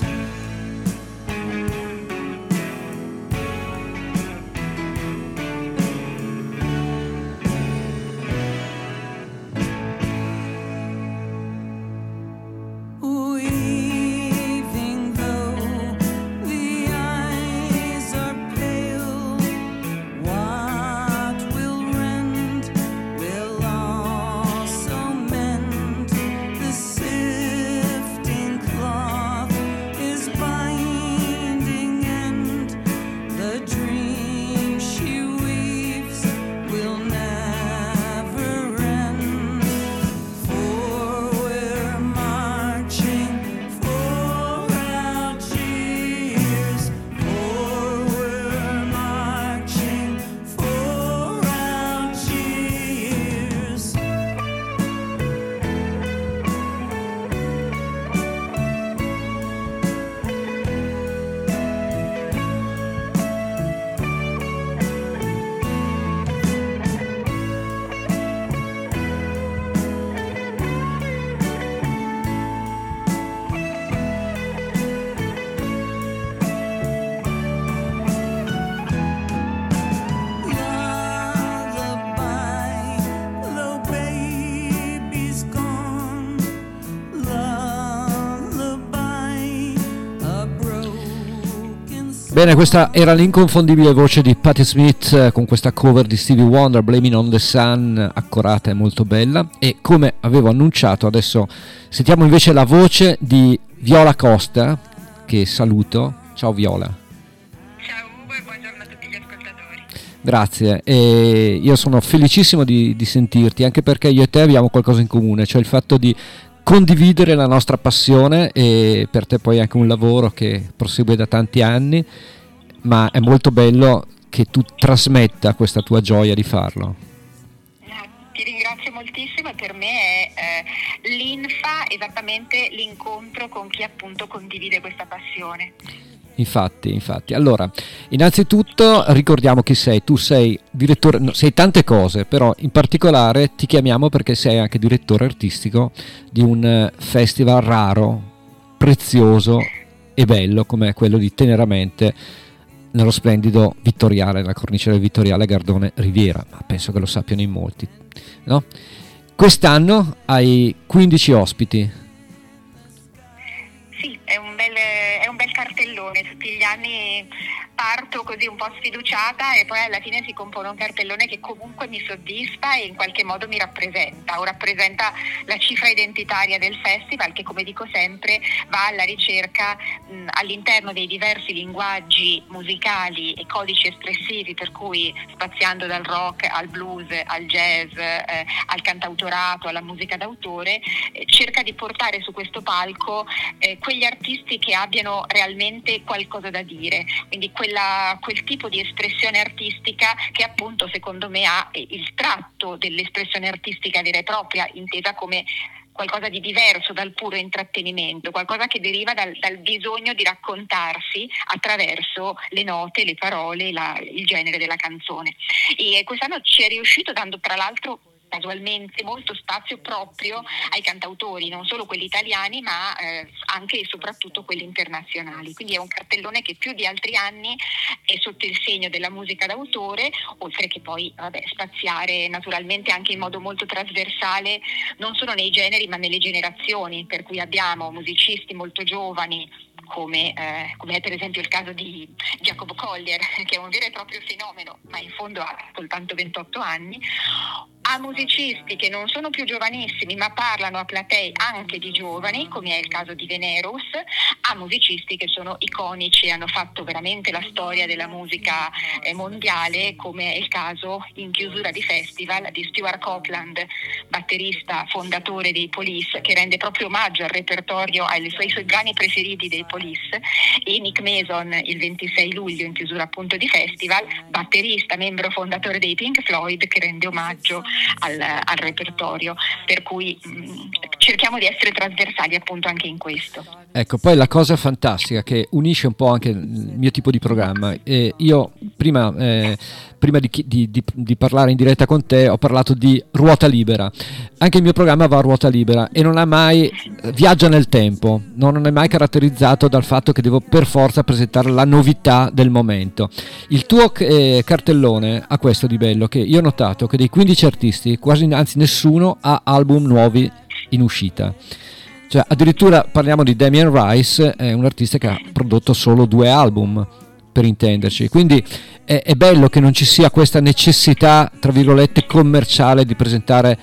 Weaving though the eyes are pale, what will rend will also mend. The sifting cloth is binding, and the dream she weaves will never end. For we're marching for our cheers, for we're marching for our cheers. Lullaby, though baby's gone. Lullaby, a broken Bene, questa era l'inconfondibile voce di Patti Smith con questa cover di Stevie Wonder, Blaming on the Sun, accorata e molto bella. E come avevo annunciato, adesso sentiamo invece la voce di Viola Costa, che saluto. Ciao Viola. Grazie, e io sono felicissimo di sentirti, anche perché io e te abbiamo qualcosa in comune, cioè il fatto di condividere la nostra passione, e per te poi anche un lavoro che prosegue da tanti anni, ma è molto bello che tu trasmetta questa tua gioia di farlo. Ti ringrazio moltissimo, e per me è l'infa, esattamente l'incontro con chi appunto condivide questa passione. Infatti. Allora, innanzitutto ricordiamo chi sei. Tu sei direttore, no, sei tante cose, però in particolare ti chiamiamo perché sei anche direttore artistico di un festival raro, prezioso e bello come quello di Teneramente, nello splendido Vittoriale, nella cornice del Vittoriale Gardone Riviera, ma penso che lo sappiano in molti, no? Quest'anno hai 15 ospiti. Sì, è un bel cartellone, tutti gli anni parto così un po' sfiduciata e poi alla fine si compone un cartellone che comunque mi soddisfa e in qualche modo mi rappresenta, o rappresenta la cifra identitaria del festival, che, come dico sempre, va alla ricerca all'interno dei diversi linguaggi musicali e codici espressivi, per cui spaziando dal rock al blues, al jazz, al cantautorato, alla musica d'autore, cerca di portare su questo palco quegli artisti che abbiano realmente qualcosa da dire, quindi quel tipo di espressione artistica che appunto secondo me ha il tratto dell'espressione artistica vera e propria, intesa come qualcosa di diverso dal puro intrattenimento, qualcosa che deriva dal bisogno di raccontarsi attraverso le note, le parole, il genere della canzone. E quest'anno ci è riuscito, dando tra l'altro casualmente molto spazio proprio ai cantautori, non solo quelli italiani ma anche e soprattutto quelli internazionali, quindi è un cartellone che più di altri anni è sotto il segno della musica d'autore, oltre che poi spaziare naturalmente anche in modo molto trasversale non solo nei generi ma nelle generazioni, per cui abbiamo musicisti molto giovani come è per esempio il caso di Jacob Collier, che è un vero e proprio fenomeno ma in fondo ha soltanto 28 anni, a musicisti che non sono più giovanissimi ma parlano a platei anche di giovani, come è il caso di Venerus, a musicisti che sono iconici e hanno fatto veramente la storia della musica mondiale, come è il caso in chiusura di festival di Stuart Copeland, batterista fondatore dei Police, che rende proprio omaggio al repertorio, ai suoi brani preferiti dei Police, e Nick Mason il 26 luglio in chiusura appunto di festival, batterista, membro fondatore dei Pink Floyd, che rende omaggio al repertorio, per cui cerchiamo di essere trasversali appunto anche in questo. Ecco, poi la cosa fantastica che unisce un po' anche il mio tipo di programma, io prima di parlare in diretta con te ho parlato di ruota libera, anche il mio programma va a ruota libera e non ha mai viaggia nel tempo, non è mai caratterizzato dal fatto che devo per forza presentare la novità del momento. Il tuo cartellone ha questo di bello, che io ho notato che dei 15 artisti anzi nessuno ha album nuovi in uscita. Cioè, addirittura parliamo di Damien Rice, è un artista che ha prodotto solo 2 album, per intenderci, quindi è bello che non ci sia questa necessità, tra virgolette, commerciale di presentare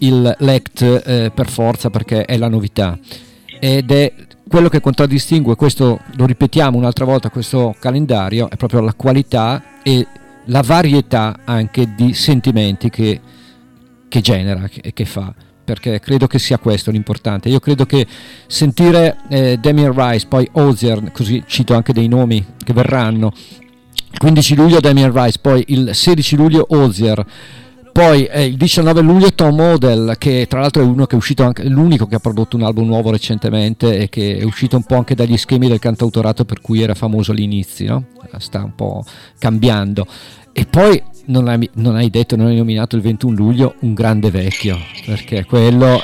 l'act per forza perché è la novità, ed è quello che contraddistingue, questo lo ripetiamo un'altra volta, questo calendario, è proprio la qualità e la varietà anche di sentimenti che genera e che fa, perché credo che sia questo l'importante. Io credo che sentire Damien Rice, poi Hozier, così cito anche dei nomi che verranno, 15 luglio Damien Rice, poi il 16 luglio Hozier, poi il 19 luglio Tom Odell, che tra l'altro è uno che è uscito anche, l'unico che ha prodotto un album nuovo recentemente e che è uscito un po' anche dagli schemi del cantautorato per cui era famoso all'inizio, no? Sta un po' cambiando. E poi non hai nominato il 21 luglio un grande vecchio, perché quello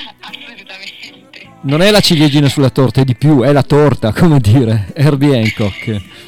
non è la ciliegina sulla torta, è di più, è la torta, come dire, Herbie Hancock.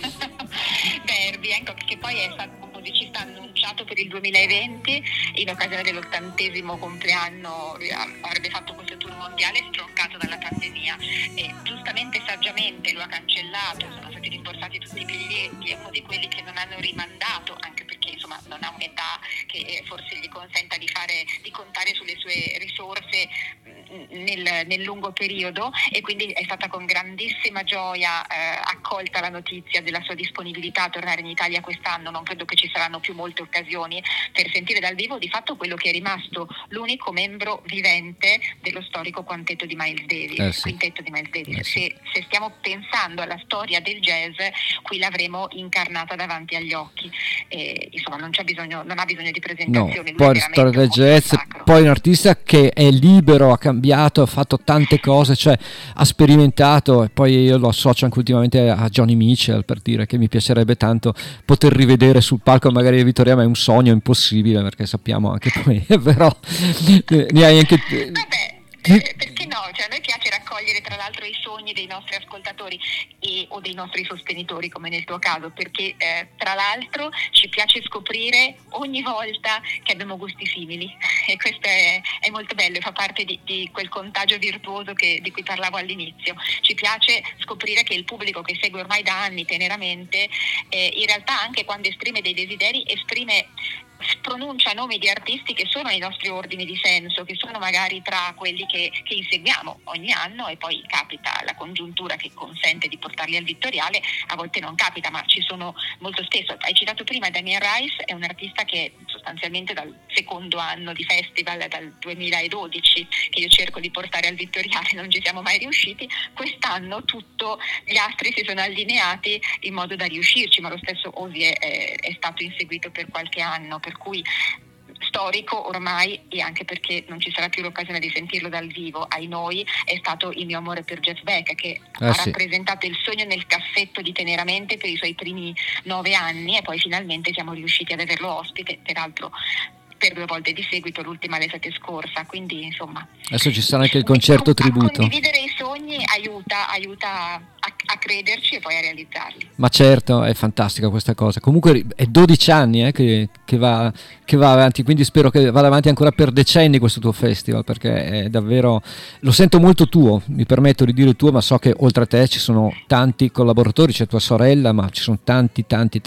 Herbie Hancock, che poi è stato un musicista annunciato per il 2020, in occasione dell'80° compleanno avrebbe fatto questo tour mondiale stroncato dalla pandemia, e giustamente, saggiamente lo ha cancellato, sono stati rimborsati tutti i biglietti, è uno di quelli che non hanno rimandato, anche perché insomma non ha un'età che forse gli consenta di contare sulle sue risorse nel lungo periodo, e quindi è stata con grandissima gioia accolta la notizia della sua disponibilità a tornare in Italia quest'anno. Non credo che ci saranno più molte occasioni per sentire dal vivo di fatto quello che è rimasto l'unico membro vivente dello storico quintetto di Miles Davis. Quintetto di Miles Davis. Se stiamo pensando alla storia del jazz, qui l'avremo incarnata davanti agli occhi, insomma non ha bisogno di presentazioni. No, poi storia del jazz, poi un artista che è libero, ha cambiato, ha fatto tante cose, cioè ha sperimentato, e poi io lo associo anche ultimamente a Johnny Mitchell, per dire che mi piacerebbe tanto poter rivedere sul palco magari di Vittoria, ma è un sogno impossibile perché sappiamo anche poi però ne hai anche Perché no? Cioè, a noi piace raccogliere tra l'altro i sogni dei nostri ascoltatori o dei nostri sostenitori, come nel tuo caso, perché tra l'altro ci piace scoprire ogni volta che abbiamo gusti simili e questo è molto bello e fa parte di quel contagio virtuoso di cui parlavo all'inizio. Ci piace scoprire che il pubblico che segue ormai da anni teneramente, in realtà anche quando esprime dei desideri, pronuncia nomi di artisti che sono nei nostri ordini di senso, che sono magari tra quelli che inseguiamo ogni anno, e poi capita la congiuntura che consente di portarli al Vittoriale, a volte non capita, ma ci sono molto spesso. Hai citato prima Damien Rice, è un artista che sostanzialmente dal secondo anno di festival, dal 2012, che io cerco di portare al Vittoriale, non ci siamo mai riusciti. Quest'anno gli astri si sono allineati in modo da riuscirci, ma lo stesso Ozzy è stato inseguito per qualche anno, per cui storico ormai, e anche perché non ci sarà più l'occasione di sentirlo dal vivo, ai noi, è stato il mio amore per Jeff Beck, che ha rappresentato il sogno nel cassetto di Teneramente per i suoi primi 9 anni, e poi finalmente siamo riusciti ad averlo ospite, peraltro per 2 volte di seguito, l'ultima l'estate scorsa, quindi insomma adesso ci sarà anche il concerto tributo. Condividere i sogni aiuta a crederci e poi a realizzarli. Ma certo, è fantastica questa cosa. Comunque è 12 anni che va avanti, quindi spero che vada avanti ancora per decenni questo tuo festival, perché è davvero, lo sento molto tuo, mi permetto di dire tuo, ma so che oltre a te ci sono tanti collaboratori, c'è tua sorella, ma ci sono tanti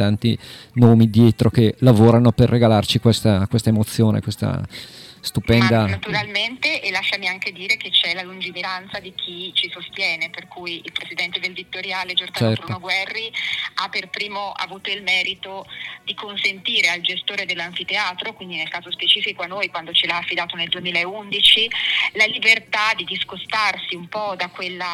nomi dietro che lavorano per regalarci questa emozione, questa stupenda. Ma naturalmente, e lasciami anche dire che c'è la lungimiranza di chi ci sostiene, per cui il presidente del Vittoriale, Giordano Bruno Guerri, ha per primo avuto il merito di consentire al gestore dell'anfiteatro, quindi nel caso specifico a noi quando ce l'ha affidato nel 2011, la libertà di discostarsi un po' da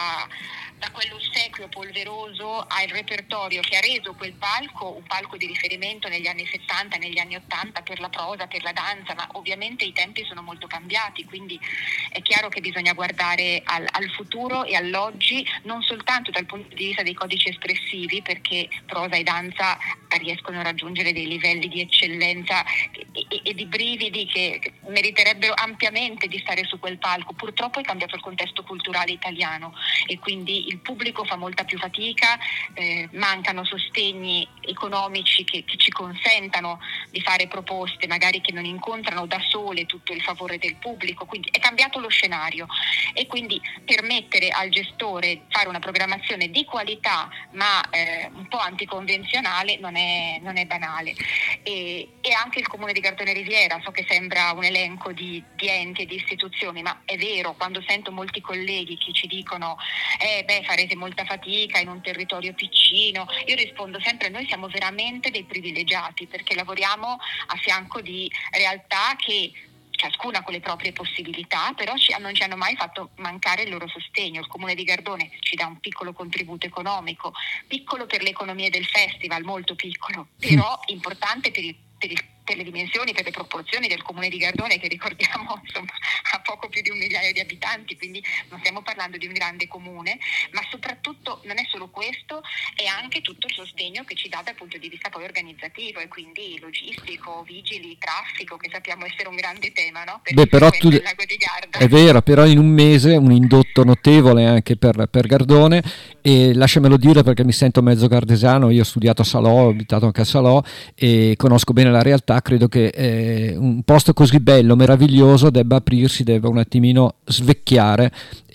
quell'ossequio polveroso al repertorio che ha reso quel palco un palco di riferimento negli anni 70, negli anni 80 per la prosa, per la danza, ma ovviamente i tempi sono molto cambiati, quindi è chiaro che bisogna guardare al futuro e all'oggi, non soltanto dal punto di vista dei codici espressivi, perché prosa e danza riescono a raggiungere dei livelli di eccellenza e di brividi che meriterebbero ampiamente di stare su quel palco. Purtroppo è cambiato il contesto culturale italiano e quindi il pubblico fa molta più fatica, mancano sostegni economici che ci consentano di fare proposte magari che non incontrano da sole tutto il favore del pubblico, quindi è cambiato lo scenario, e quindi permettere al gestore fare una programmazione di qualità ma un po' anticonvenzionale non è banale. E anche il Comune di Gardone Riviera, so che sembra un elenco di enti e di istituzioni, ma è vero, quando sento molti colleghi che ci dicono farete molta fatica in un territorio piccino, io rispondo sempre: noi siamo veramente dei privilegiati perché lavoriamo a fianco di realtà che ciascuna con le proprie possibilità, però non ci hanno mai fatto mancare il loro sostegno. Il Comune di Gardone ci dà un piccolo contributo economico, piccolo per le economie del festival, molto piccolo, però importante per le dimensioni, per le proporzioni del Comune di Gardone, che ricordiamo insomma ha poco più di 1 migliaio di abitanti, quindi non stiamo parlando di un grande comune, ma soprattutto non è solo questo, è anche tutto il sostegno che ci dà dal punto di vista poi organizzativo e quindi logistico, vigili, traffico, che sappiamo essere un grande tema, no? Però il Lago di Garda. È vero, però in un mese un indotto notevole anche per Gardone, e lasciamelo dire perché mi sento mezzo gardesano, io ho studiato a Salò, ho abitato anche a Salò e conosco bene la realtà. Credo che un posto così bello, meraviglioso, debba aprirsi, debba un attimino svecchiare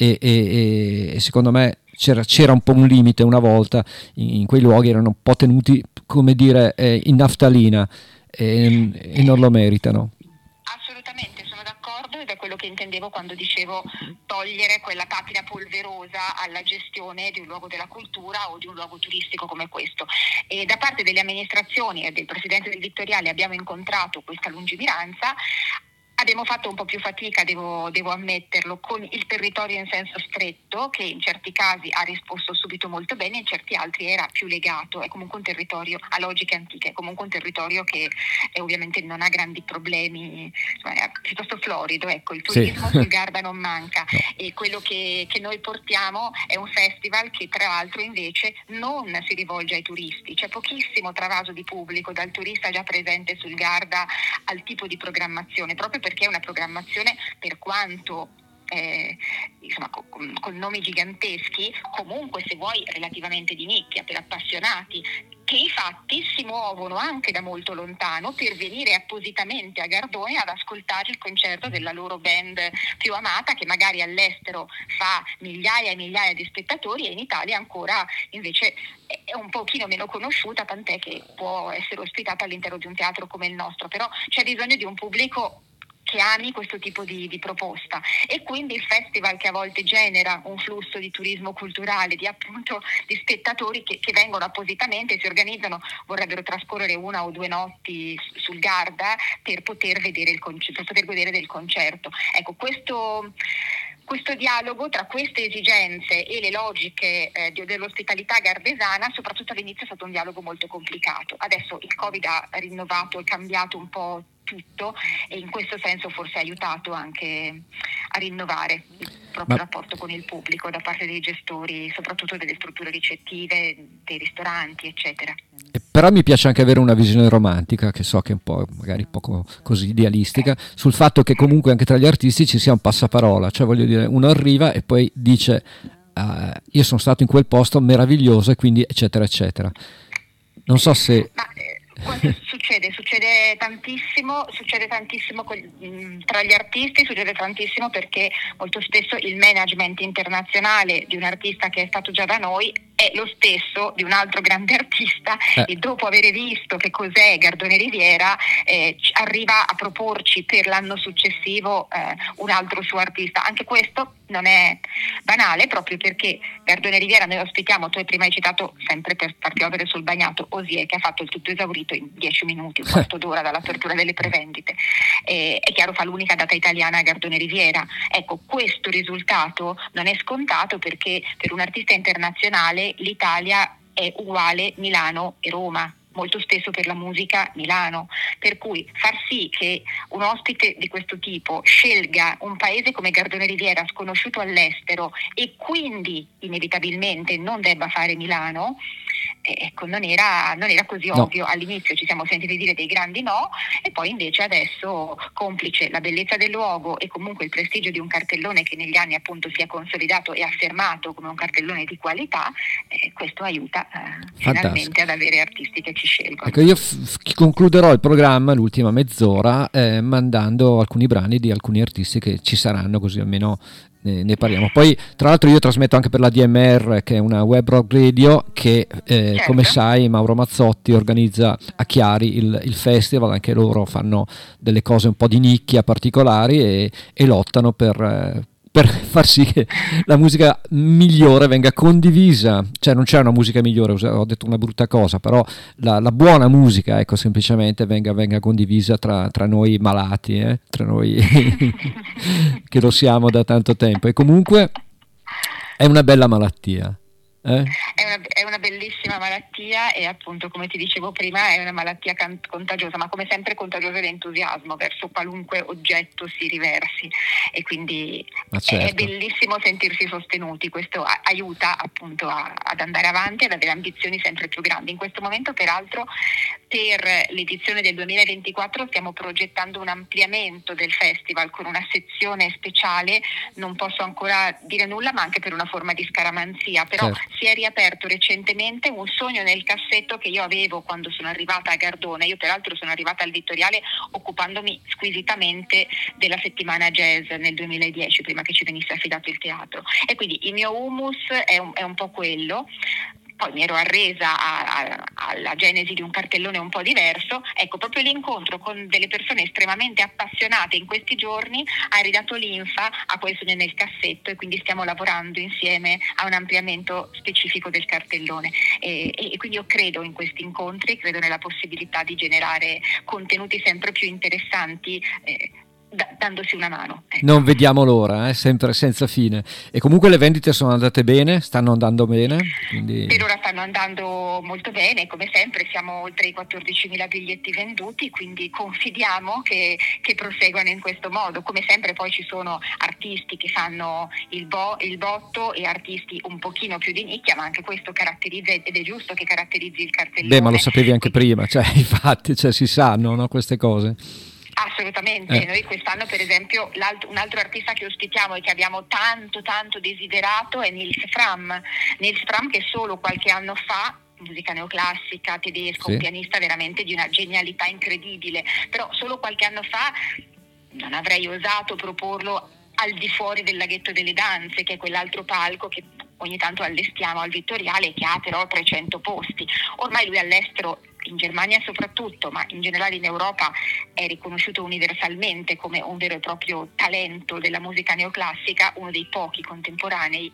e secondo me c'era un po' un limite una volta, in quei luoghi erano un po' tenuti, come dire, in naftalina e non lo meritano. Assolutamente, sono d'accordo, ed è quello che intendevo quando dicevo togliere quella patina polverosa alla gestione di un luogo della cultura o di un luogo turistico come questo. E da parte delle amministrazioni e del Presidente del Vittoriale abbiamo incontrato questa lungimiranza. Abbiamo fatto un po' più fatica, devo ammetterlo, con il territorio in senso stretto, che in certi casi ha risposto subito molto bene, in certi altri era più legato. È comunque un territorio a logiche antiche, è comunque un territorio che ovviamente non ha grandi problemi, è piuttosto florido, ecco, il turismo sul Garda non manca, e quello che noi portiamo è un festival che tra l'altro invece non si rivolge ai turisti, c'è pochissimo travaso di pubblico dal turista già presente sul Garda al tipo di programmazione, proprio perché è una programmazione, per quanto insomma con nomi giganteschi, comunque se vuoi relativamente di nicchia per appassionati, che infatti si muovono anche da molto lontano per venire appositamente a Gardone ad ascoltare il concerto della loro band più amata, che magari all'estero fa migliaia e migliaia di spettatori e in Italia ancora invece è un pochino meno conosciuta, tant'è che può essere ospitata all'interno di un teatro come il nostro, però c'è bisogno di un pubblico che ami questo tipo di proposta, e quindi il festival, che a volte genera un flusso di turismo culturale, di spettatori che vengono appositamente, si organizzano, vorrebbero trascorrere 1 o 2 notti sul Garda per poter vedere del concerto. Ecco, questo dialogo tra queste esigenze e le logiche dell'ospitalità gardesana, soprattutto all'inizio, è stato un dialogo molto complicato. Adesso il Covid ha rinnovato e cambiato un po' tutto, e in questo senso forse ha aiutato anche a rinnovare il proprio rapporto con il pubblico da parte dei gestori, soprattutto delle strutture ricettive, dei ristoranti, eccetera. Però mi piace anche avere una visione romantica, che so che è un po', magari poco così idealistica, sul fatto che comunque anche tra gli artisti ci sia un passaparola, cioè voglio dire, uno arriva e poi dice io sono stato in quel posto meraviglioso, e quindi eccetera eccetera. Non so se... Questo succede tantissimo tra gli artisti, succede tantissimo perché molto spesso il management internazionale di un artista che è stato già da noi è lo stesso di un altro grande artista, e dopo aver visto che cos'è Gardone Riviera arriva a proporci per l'anno successivo un altro suo artista. Anche questo non è banale, proprio perché Gardone Riviera noi ospitiamo, tu hai prima citato, sempre per far piovere sul bagnato, Osier, che ha fatto il tutto esaurito in 10 minuti, un quarto d'ora dall'apertura delle prevendite. È chiaro, fa l'unica data italiana a Gardone Riviera. Ecco, questo risultato non è scontato, perché per un artista internazionale l'Italia è uguale Milano e Roma, molto spesso per la musica Milano, per cui far sì che un ospite di questo tipo scelga un paese come Gardone Riviera, sconosciuto all'estero, e quindi inevitabilmente non debba fare Milano, ecco, non era così ovvio. All'inizio ci siamo sentiti dire dei grandi no, e poi invece adesso, complice la bellezza del luogo e comunque il prestigio di un cartellone che negli anni appunto si è consolidato e affermato come un cartellone di qualità, questo aiuta finalmente ad avere artisti che ci scelgono. Ecco, io concluderò il programma, l'ultima mezz'ora, mandando alcuni brani di alcuni artisti che ci saranno, così almeno ne parliamo. Poi tra l'altro io trasmetto anche per la DMR, che è una web rock radio che certo. Come sai, Mauro Mazzotti organizza a Chiari il festival, anche loro fanno delle cose un po' di nicchia particolari e lottano per far sì che la musica migliore venga condivisa. Cioè non c'è una musica migliore, ho detto una brutta cosa, però la buona musica, ecco, semplicemente venga condivisa tra noi malati, tra noi che lo siamo da tanto tempo. E comunque è una bella malattia. È una bellissima malattia, e appunto, come ti dicevo prima, è una malattia contagiosa, ma come sempre contagiosa l'entusiasmo verso qualunque oggetto si riversi, e quindi certo. È bellissimo sentirsi sostenuti. Questo aiuta appunto ad andare avanti, ad avere ambizioni sempre più grandi. In questo momento, peraltro, per l'edizione del 2024 stiamo progettando un ampliamento del festival con una sezione speciale. Non posso ancora dire nulla, ma anche per una forma di scaramanzia, però certo. Si è riaperto recentemente un sogno nel cassetto che io avevo quando sono arrivata a Gardone. Io peraltro sono arrivata al Vittoriale occupandomi squisitamente della settimana jazz nel 2010, prima che ci venisse affidato il teatro, e quindi il mio humus è un po' quello. Poi mi ero arresa alla genesi di un cartellone un po' diverso. Ecco, proprio l'incontro con delle persone estremamente appassionate in questi giorni ha ridato linfa a quel sogno nel cassetto, e quindi stiamo lavorando insieme a un ampliamento specifico del cartellone. E quindi io credo in questi incontri, credo nella possibilità di generare contenuti sempre più interessanti, dandosi una mano. Non vediamo l'ora, sempre senza fine. E comunque le vendite sono andate bene? Stanno andando bene? Quindi... Per ora stanno andando molto bene, come sempre siamo oltre i 14.000 biglietti venduti, quindi confidiamo che proseguano in questo modo. Come sempre poi ci sono artisti che fanno il botto e artisti un pochino più di nicchia, ma anche questo caratterizza, ed è giusto che caratterizzi il cartellone. Beh, ma lo sapevi anche prima, cioè infatti si sanno, no, queste cose. Assolutamente, noi quest'anno per esempio un altro artista che ospitiamo e che abbiamo tanto desiderato è Nils Fram, che solo qualche anno fa, musica neoclassica tedesca, sì, un pianista veramente di una genialità incredibile, però solo qualche anno fa non avrei osato proporlo al di fuori del Laghetto delle Danze, che è quell'altro palco che ogni tanto allestiamo al Vittoriale, che ha però 300 posti. Ormai lui all'estero, in Germania soprattutto, ma in generale in Europa, è riconosciuto universalmente come un vero e proprio talento della musica neoclassica, uno dei pochi contemporanei,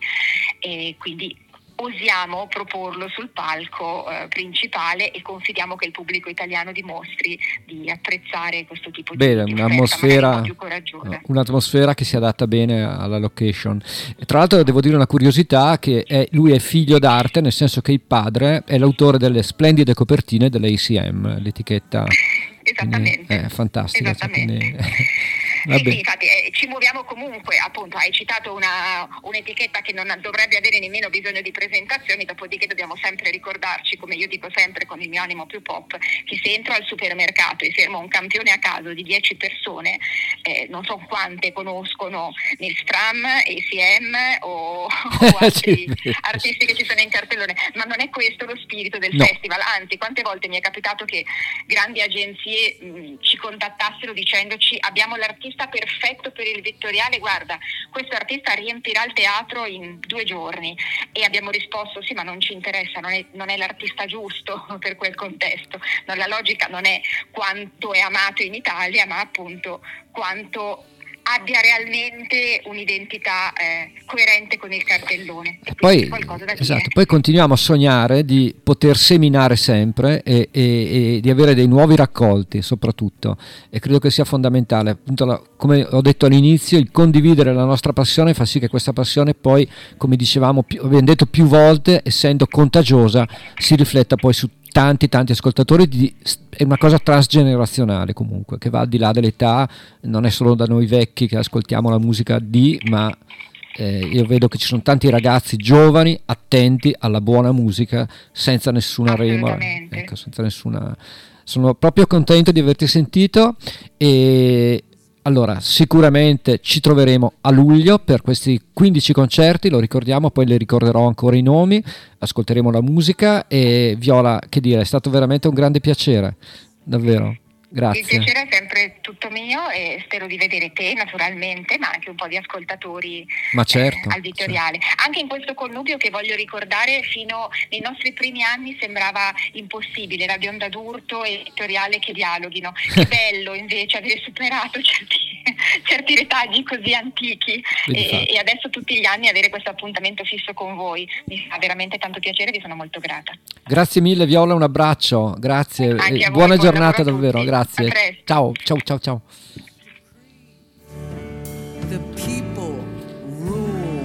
e quindi osiamo proporlo sul palco principale e confidiamo che il pubblico italiano dimostri di apprezzare questo tipo di un'atmosfera, un po' più coraggiosa. Un'atmosfera che si adatta bene alla location. E tra l'altro devo dire una curiosità, che lui è figlio d'arte, nel senso che il padre è l'autore delle splendide copertine dell'ACM, l'etichetta. Esattamente. È fantastica. Esattamente. Sì, infatti ci muoviamo comunque, appunto, hai citato un'etichetta che non dovrebbe avere nemmeno bisogno di presentazioni, dopodiché dobbiamo sempre ricordarci, come io dico sempre con il mio animo più pop, che se entro al supermercato e fermo un campione a caso di 10 persone, non so quante conoscono Nils Fram, ACM o altri artisti che ci sono in cartellone, ma non è questo lo spirito del festival, anzi quante volte mi è capitato che grandi agenzie ci contattassero dicendoci: abbiamo l'artista perfetto per il Vittoriale, guarda, questo artista riempirà il teatro in 2 giorni, e abbiamo risposto: sì, ma non ci interessa, non è l'artista giusto per quel contesto. La logica non è quanto è amato in Italia, ma appunto quanto abbia realmente un'identità coerente con il cartellone. E poi, qualcosa da esatto, dire. poi continuiamo a sognare di poter seminare sempre e di avere dei nuovi raccolti soprattutto, e credo che sia fondamentale, appunto, come ho detto all'inizio, il condividere la nostra passione fa sì che questa passione poi, come dicevamo, abbiamo detto più volte, essendo contagiosa, si rifletta poi su tanti ascoltatori. È una cosa transgenerazionale comunque, che va al di là dell'età, non è solo da noi vecchi che ascoltiamo la musica ma io vedo che ci sono tanti ragazzi giovani attenti alla buona musica, senza nessuna remora, ecco, senza nessuna. Sono proprio contento di averti sentito, e allora sicuramente ci troveremo a luglio per questi 15 concerti, lo ricordiamo, poi le ricorderò ancora i nomi, ascolteremo la musica. E Viola, che dire, è stato veramente un grande piacere, davvero. Grazie. Il piacere è sempre tutto mio, e spero di vedere te naturalmente, ma anche un po' di ascoltatori al Vittoriale. Certo. Anche in questo connubio che voglio ricordare, fino nei nostri primi anni sembrava impossibile la Bionda d'Urto e il Vittoriale che dialoghino. Che bello invece avere superato certi retaggi così antichi, e adesso tutti gli anni avere questo appuntamento fisso con voi. Mi fa veramente tanto piacere, vi sono molto grata. Grazie mille Viola, un abbraccio, grazie, e buona giornata davvero, grazie. Ciao. The people rule.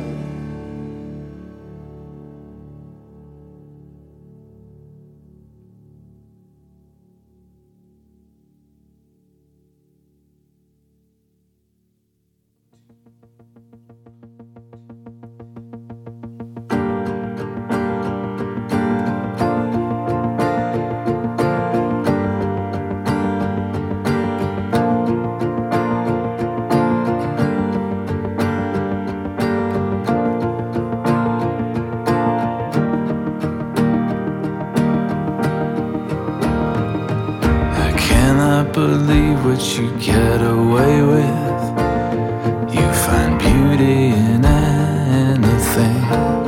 Believe what you get away with. You find beauty in anything.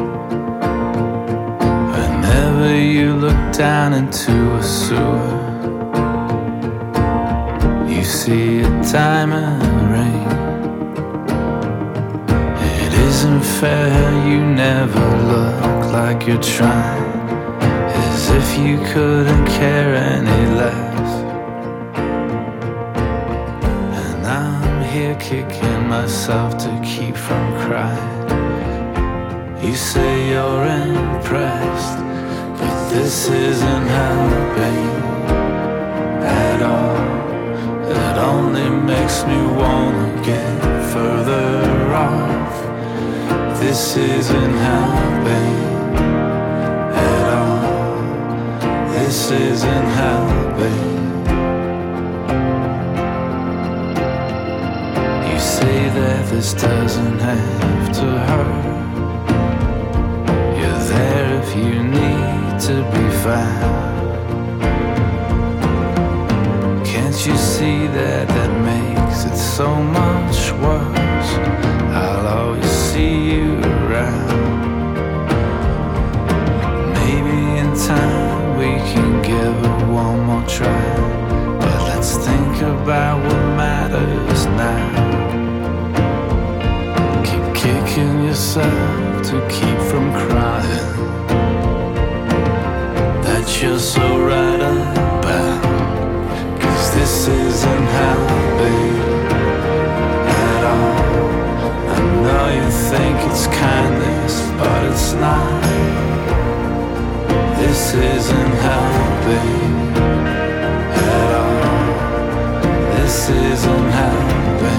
Whenever you look down into a sewer, you see a diamond ring. It isn't fair, you never look like you're trying, as if you couldn't care any less. Here kicking myself to keep from crying. You say you're impressed, but this isn't helping at all. It only makes me wanna get further off. This isn't helping at all. This isn't helping. this doesn't have to hurt. You're there if you need to be found. Can't you see that that makes it so much worse? I'll always see you around. Maybe in time we can give it one more try, but let's think about what matters now. Keep kicking yourself to keep from crying that you're so right about. 'Cause this isn't happy at all. I know you think it's kindness, but it's not. This isn't happy at all. This isn't happy.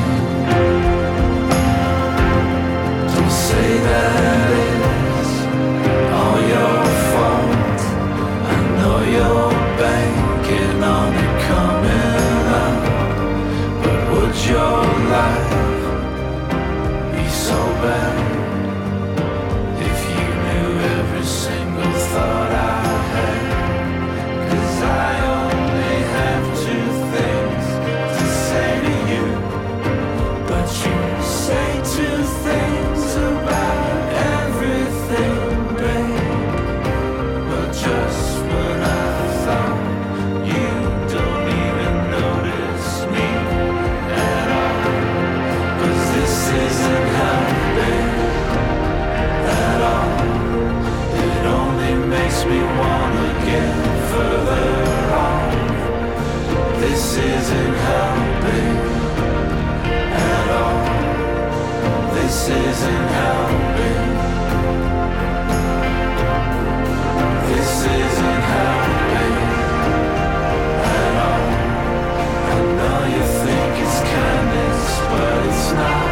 Don't say that it's all your fault. I know you're banking on it coming up, but would your life be so bad if you knew every single thought I had? 'Cause I only have two things to say to you, but you say two things about everything, babe. But just when I thought you don't even notice me at all. 'Cause this isn't happy at all. It only makes me wanna get further on. This isn't happy at all. This isn't happy. This isn't happy at all. I know you think it's kindness, but it's not.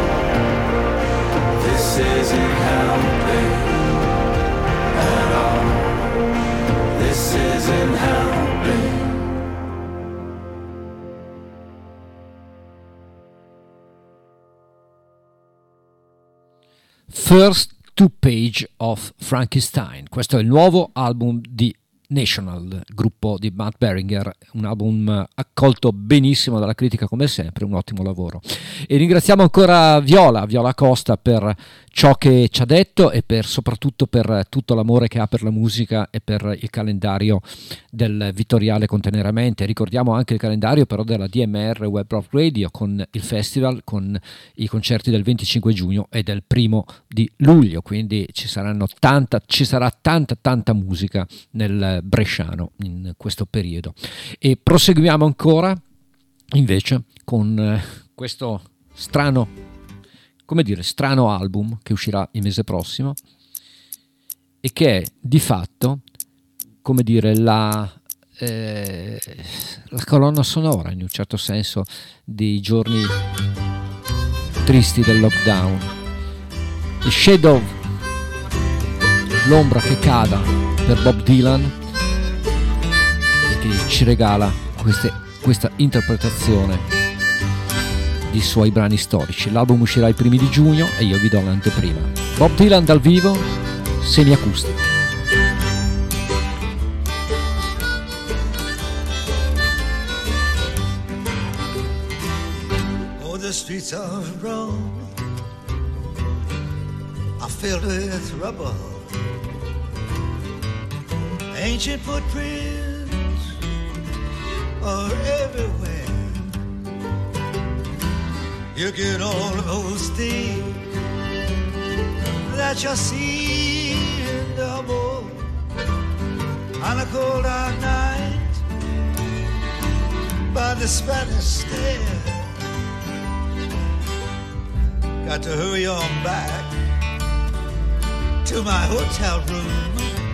This isn't happy at all. This isn't happy. First Two Page of Frankenstein. Questo è il nuovo album di National, gruppo di Matt Berninger, un album accolto benissimo dalla critica come sempre, un ottimo lavoro. E ringraziamo ancora Viola Costa per ciò che ci ha detto e soprattutto per tutto l'amore che ha per la musica e per il calendario del Vittoriale Conteneramente. Ricordiamo anche il calendario però della DMR Web Rock Radio, con il festival, con i concerti del 25 giugno e del 1 di luglio, quindi ci sarà tanta musica nel bresciano in questo periodo. E proseguiamo ancora invece con questo strano album che uscirà il mese prossimo e che è di fatto, come dire, la colonna sonora in un certo senso dei giorni tristi del lockdown. The Shadow, l'ombra che cada per Bob Dylan, e che ci regala questa interpretazione di suoi brani storici. L'album uscirà il 1 di giugno e io vi do l'anteprima. Bob Dylan dal vivo, semiacustico. Oh, the streets of Rome are filled with rubble. Ancient footprints are everywhere. You get all of those things that you're seeing double on a cold hot night by the Spanish Stair. Got to hurry on back to my hotel room.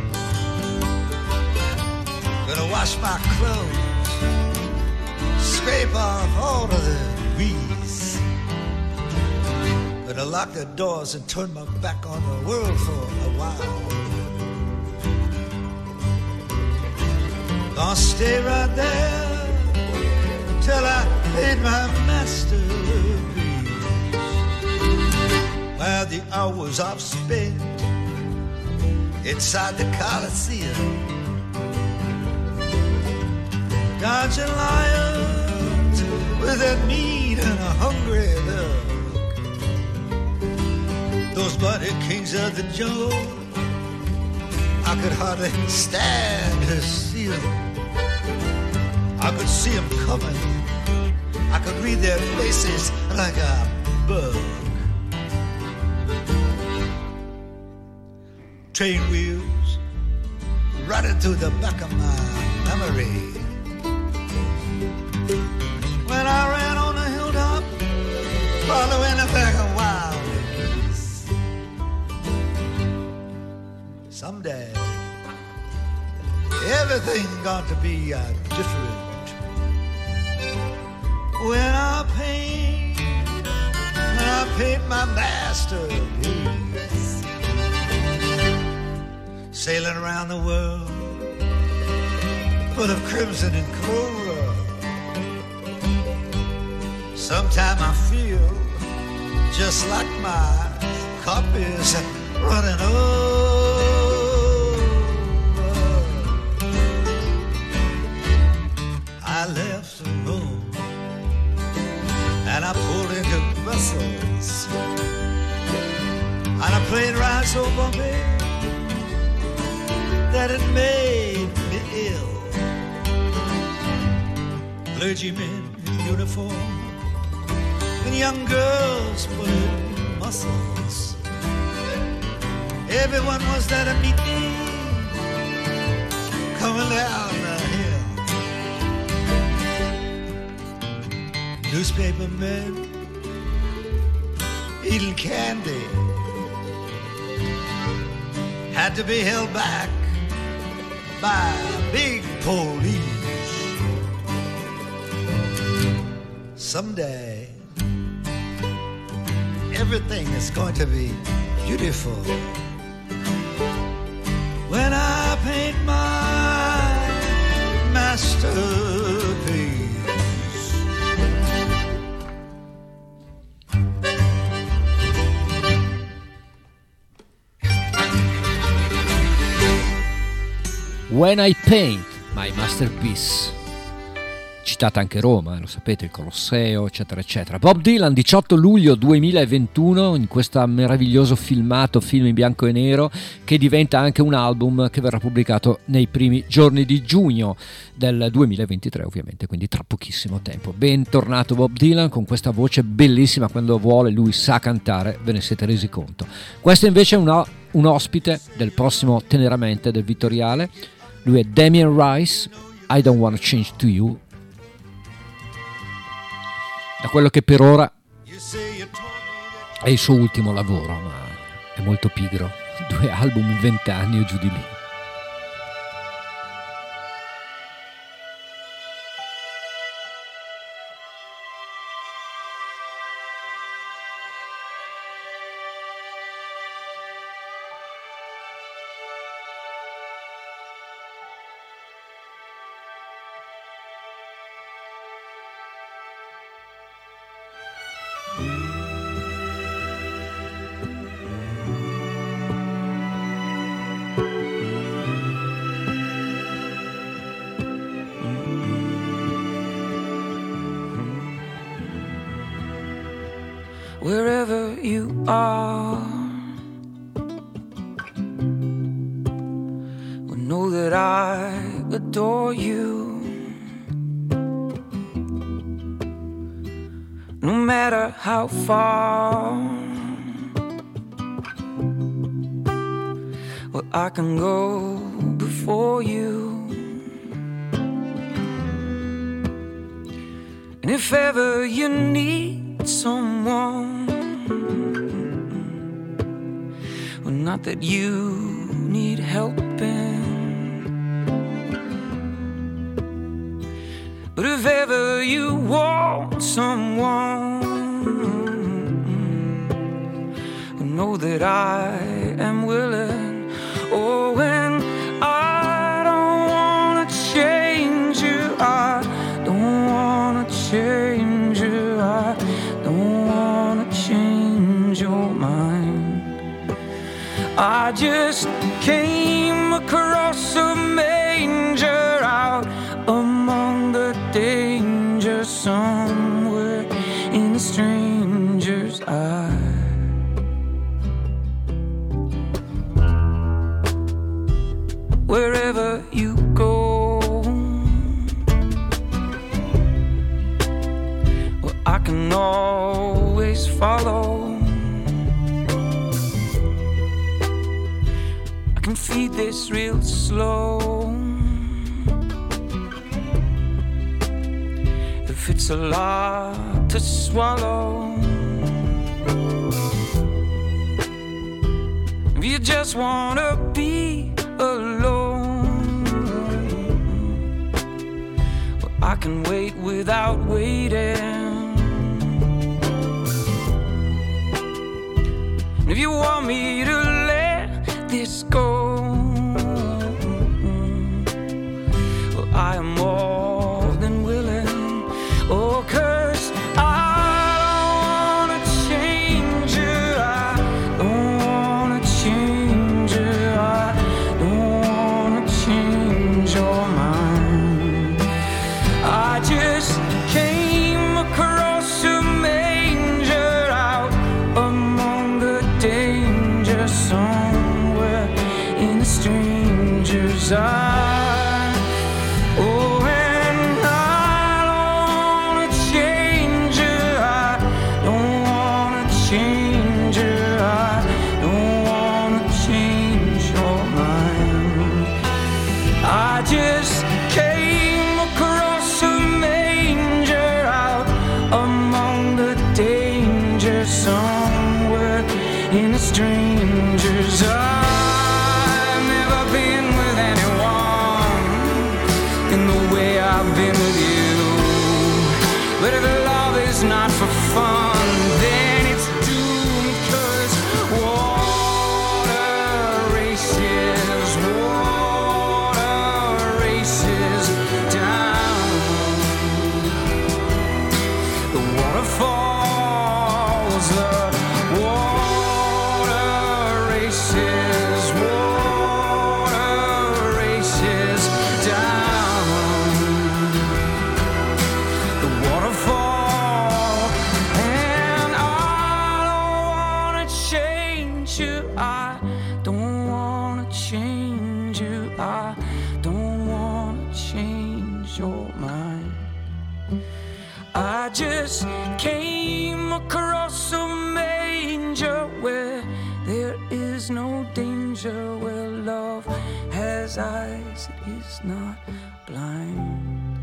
Gonna wash my clothes, scrape off all of the grease. Gonna lock the doors and turn my back on the world for a while. Gonna stay right there till I hit my masterpiece. the hours I've spent inside the Coliseum, dodging lions with their meat and a hungry look. Those bloody kings of the jungle, I could hardly stand to see them. I could see them coming, I could read their faces like a bug. Train wheels running through the back of my memory. When I ran on a hilltop, following a pack of wild geese. Someday, everything's got to be different. When I paint my masterpiece, sailing around the world full of crimson and clover. Sometimes I feel just like my cup is running over. I left Rome and I pulled into Brussels, and a plane ride so bumpy that it made me ill. Clergymen in uniform and young girls pulling muscles. Everyone was there to meet me coming down the hill. Newspaper men eating candy had to be held back by big police. Someday everything is going to be beautiful when I paint my masterpiece. When I Paint My Masterpiece, citata anche Roma, lo sapete, il Colosseo, eccetera eccetera. Bob Dylan, 18 luglio 2021, in questo meraviglioso film in bianco e nero, che diventa anche un album che verrà pubblicato nei primi giorni di giugno del 2023, ovviamente, quindi tra pochissimo tempo. Bentornato Bob Dylan, con questa voce bellissima, quando vuole lui sa cantare, ve ne siete resi conto. Questo invece è un ospite del prossimo Teneramente del Vittoriale. Lui è Damien Rice, I Don't Wanna Change to You. Da quello che per ora è il suo ultimo lavoro, ma è molto pigro. 2 album in 20 anni o giù di lì. Wherever you are, well, know that I adore you. No matter how far, well, I can go before you. And if ever you need someone, well, not that you need helping, but if ever you want someone, well, know that I am willing. Oh, and I don't wanna change you, I don't wanna change you, I don't wanna change your mind. I just came across a manger out among the danger, somewhere in a stranger's eye. Wherever you go, well, I can always follow. I can feed this real slow. If it's a lot to swallow, if you just wanna be alone, well, I can wait without waiting. And if you want me to let this go, well, I am more than willing. Oh, 'cause I don't wanna change you, I don't wanna change you, I don't wanna change your mind. I just came across a manger out among the danger, somewhere in a stranger's eye. Oh, and I don't wanna change you, I don't wanna change you, I don't wanna change your mind. I just came across a manger out among the danger, somewhere in a stranger's eye. I've never been with anyone in the way I've been with you. But if love is not for fun, then it's doomed, 'cause water races down. The waterfalls, the water races down. The waterfall, and I don't wanna change you, I don't wanna change you, I don't wanna change your mind. I just came across a manger where there is no danger, where love has eyes, it is not blind.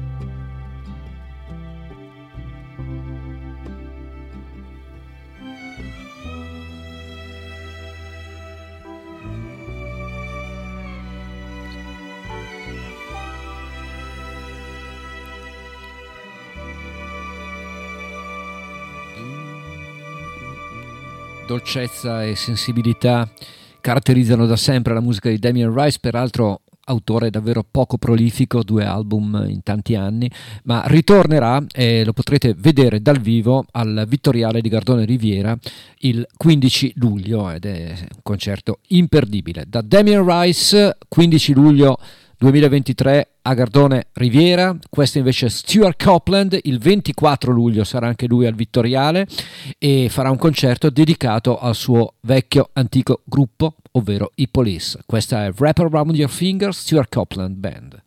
Dolcezza e sensibilità caratterizzano da sempre la musica di Damien Rice, peraltro autore davvero poco prolifico, 2 album in tanti anni, ma ritornerà e lo potrete vedere dal vivo al Vittoriale di Gardone Riviera il 15 luglio ed è un concerto imperdibile. Da Damien Rice, 15 luglio 2023 a Gardone Riviera. Questo invece è Stuart Copeland. Il 24 luglio sarà anche lui al Vittoriale e farà un concerto dedicato al suo vecchio antico gruppo, ovvero i Police. Questa è Wrap Around Your Finger, Stuart Copeland Band.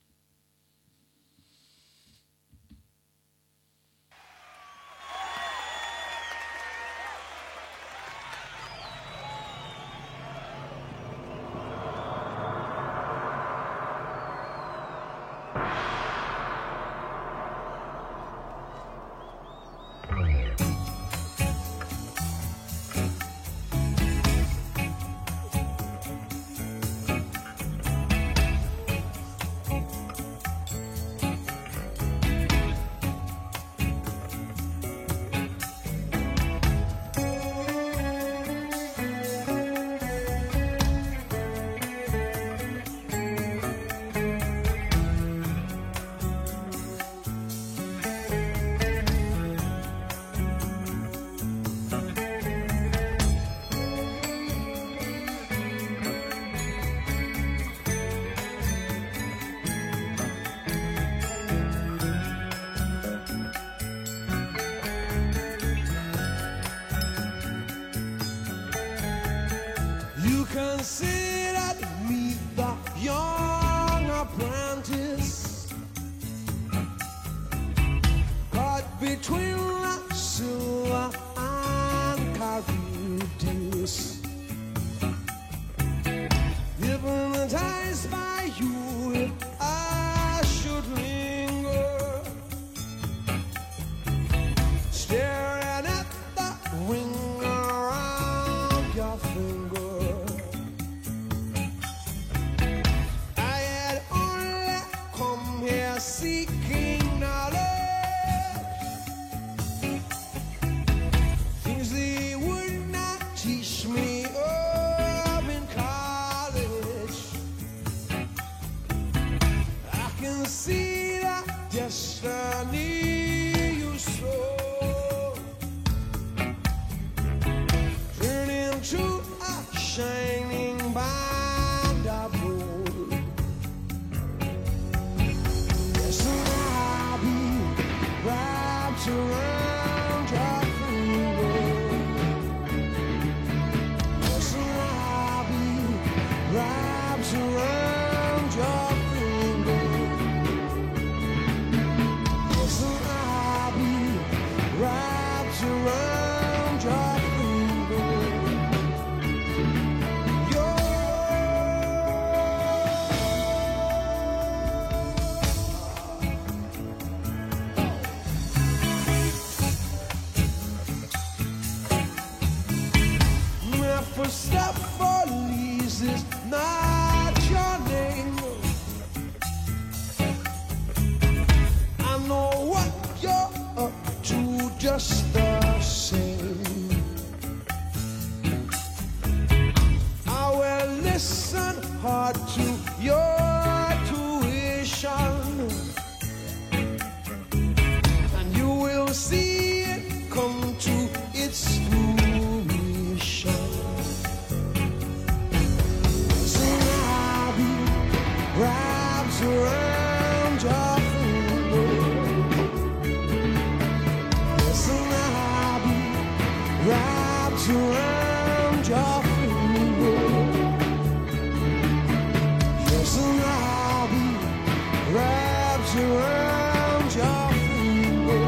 not your name. I know what you're up to just the same. I will listen hard to your tuition, and you will see it come to its fruition. So I'll be wrapped around your finger. Yes, and I'll be wrapped around your finger. Yes, and I'll be wrapped around your finger.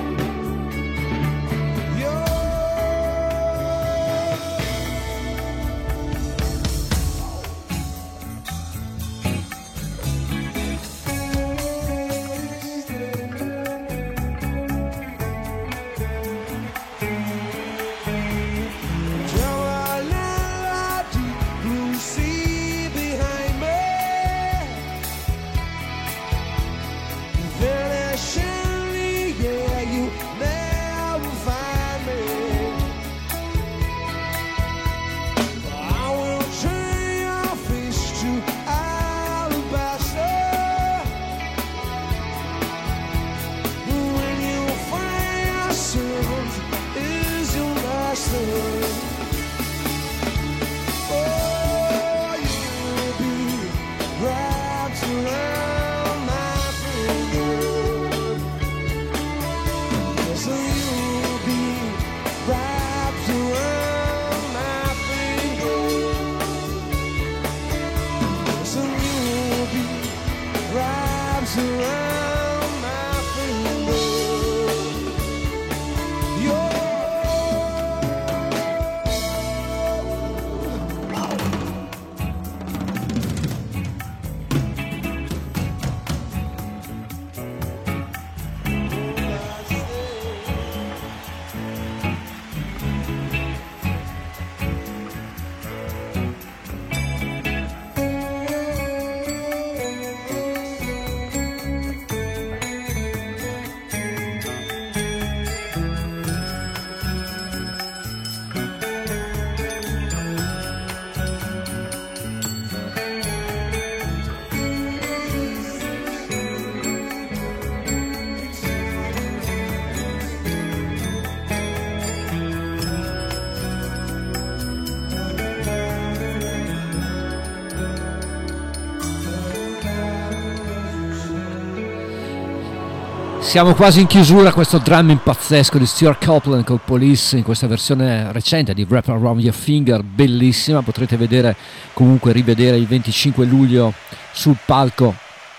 Siamo quasi in chiusura, questo drumming pazzesco di Stuart Copeland con Police in questa versione recente di Wrap Around Your Finger, bellissima. Potrete vedere, comunque rivedere il 25 luglio sul palco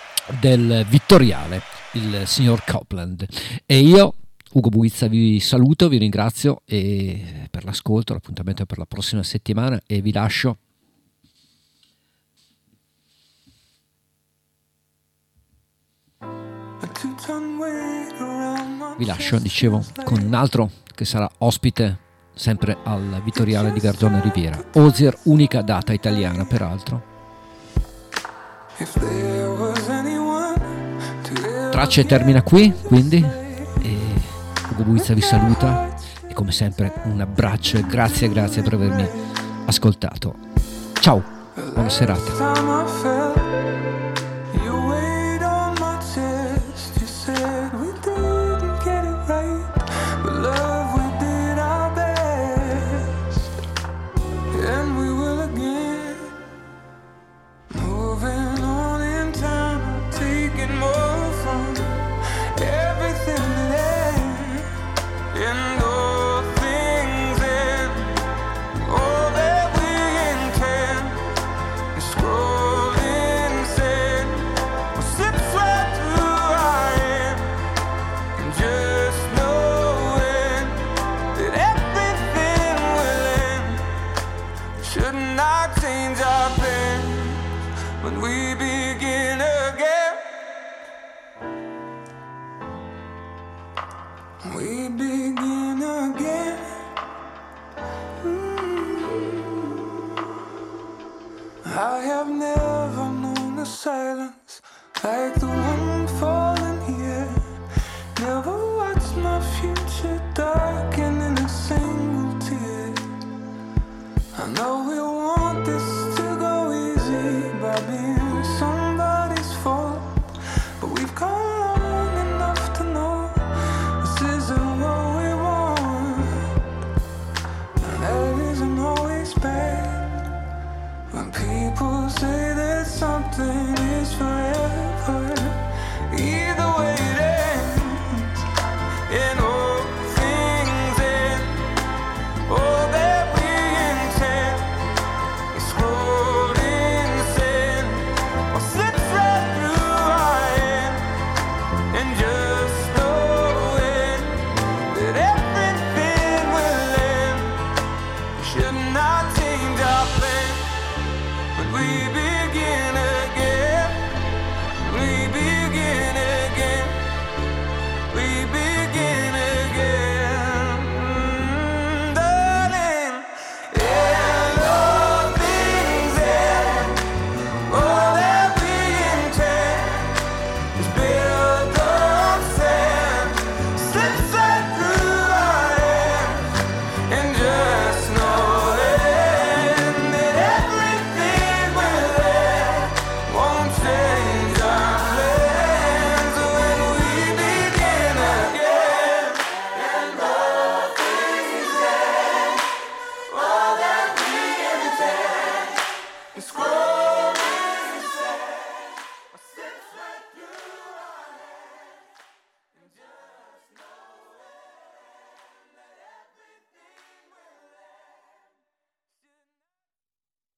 del Vittoriale il signor Copeland. E io, Ugo Buizza, vi saluto, vi ringrazio e per l'ascolto, l'appuntamento è per la prossima settimana e vi lascio dicevo, con un altro che sarà ospite sempre al Vittoriale di Gardone Riviera, Ozier, unica data italiana peraltro. Tracce termina qui, quindi, e Ugo Buizza vi saluta e come sempre un abbraccio e grazie per avermi ascoltato. Ciao, buona serata. I have never known a silence like the one falling here. Never watched my future darken in a single tear. I know we want this to go easy by being somebody's fault, but we've come long enough to know this isn't what we want, and that isn't always bad. When people say that something is forever, either way it ends, and all things end, all that we intend is scrolled in sin, or slips right through our hand, and just knowing that everything will end should not change our plan. But we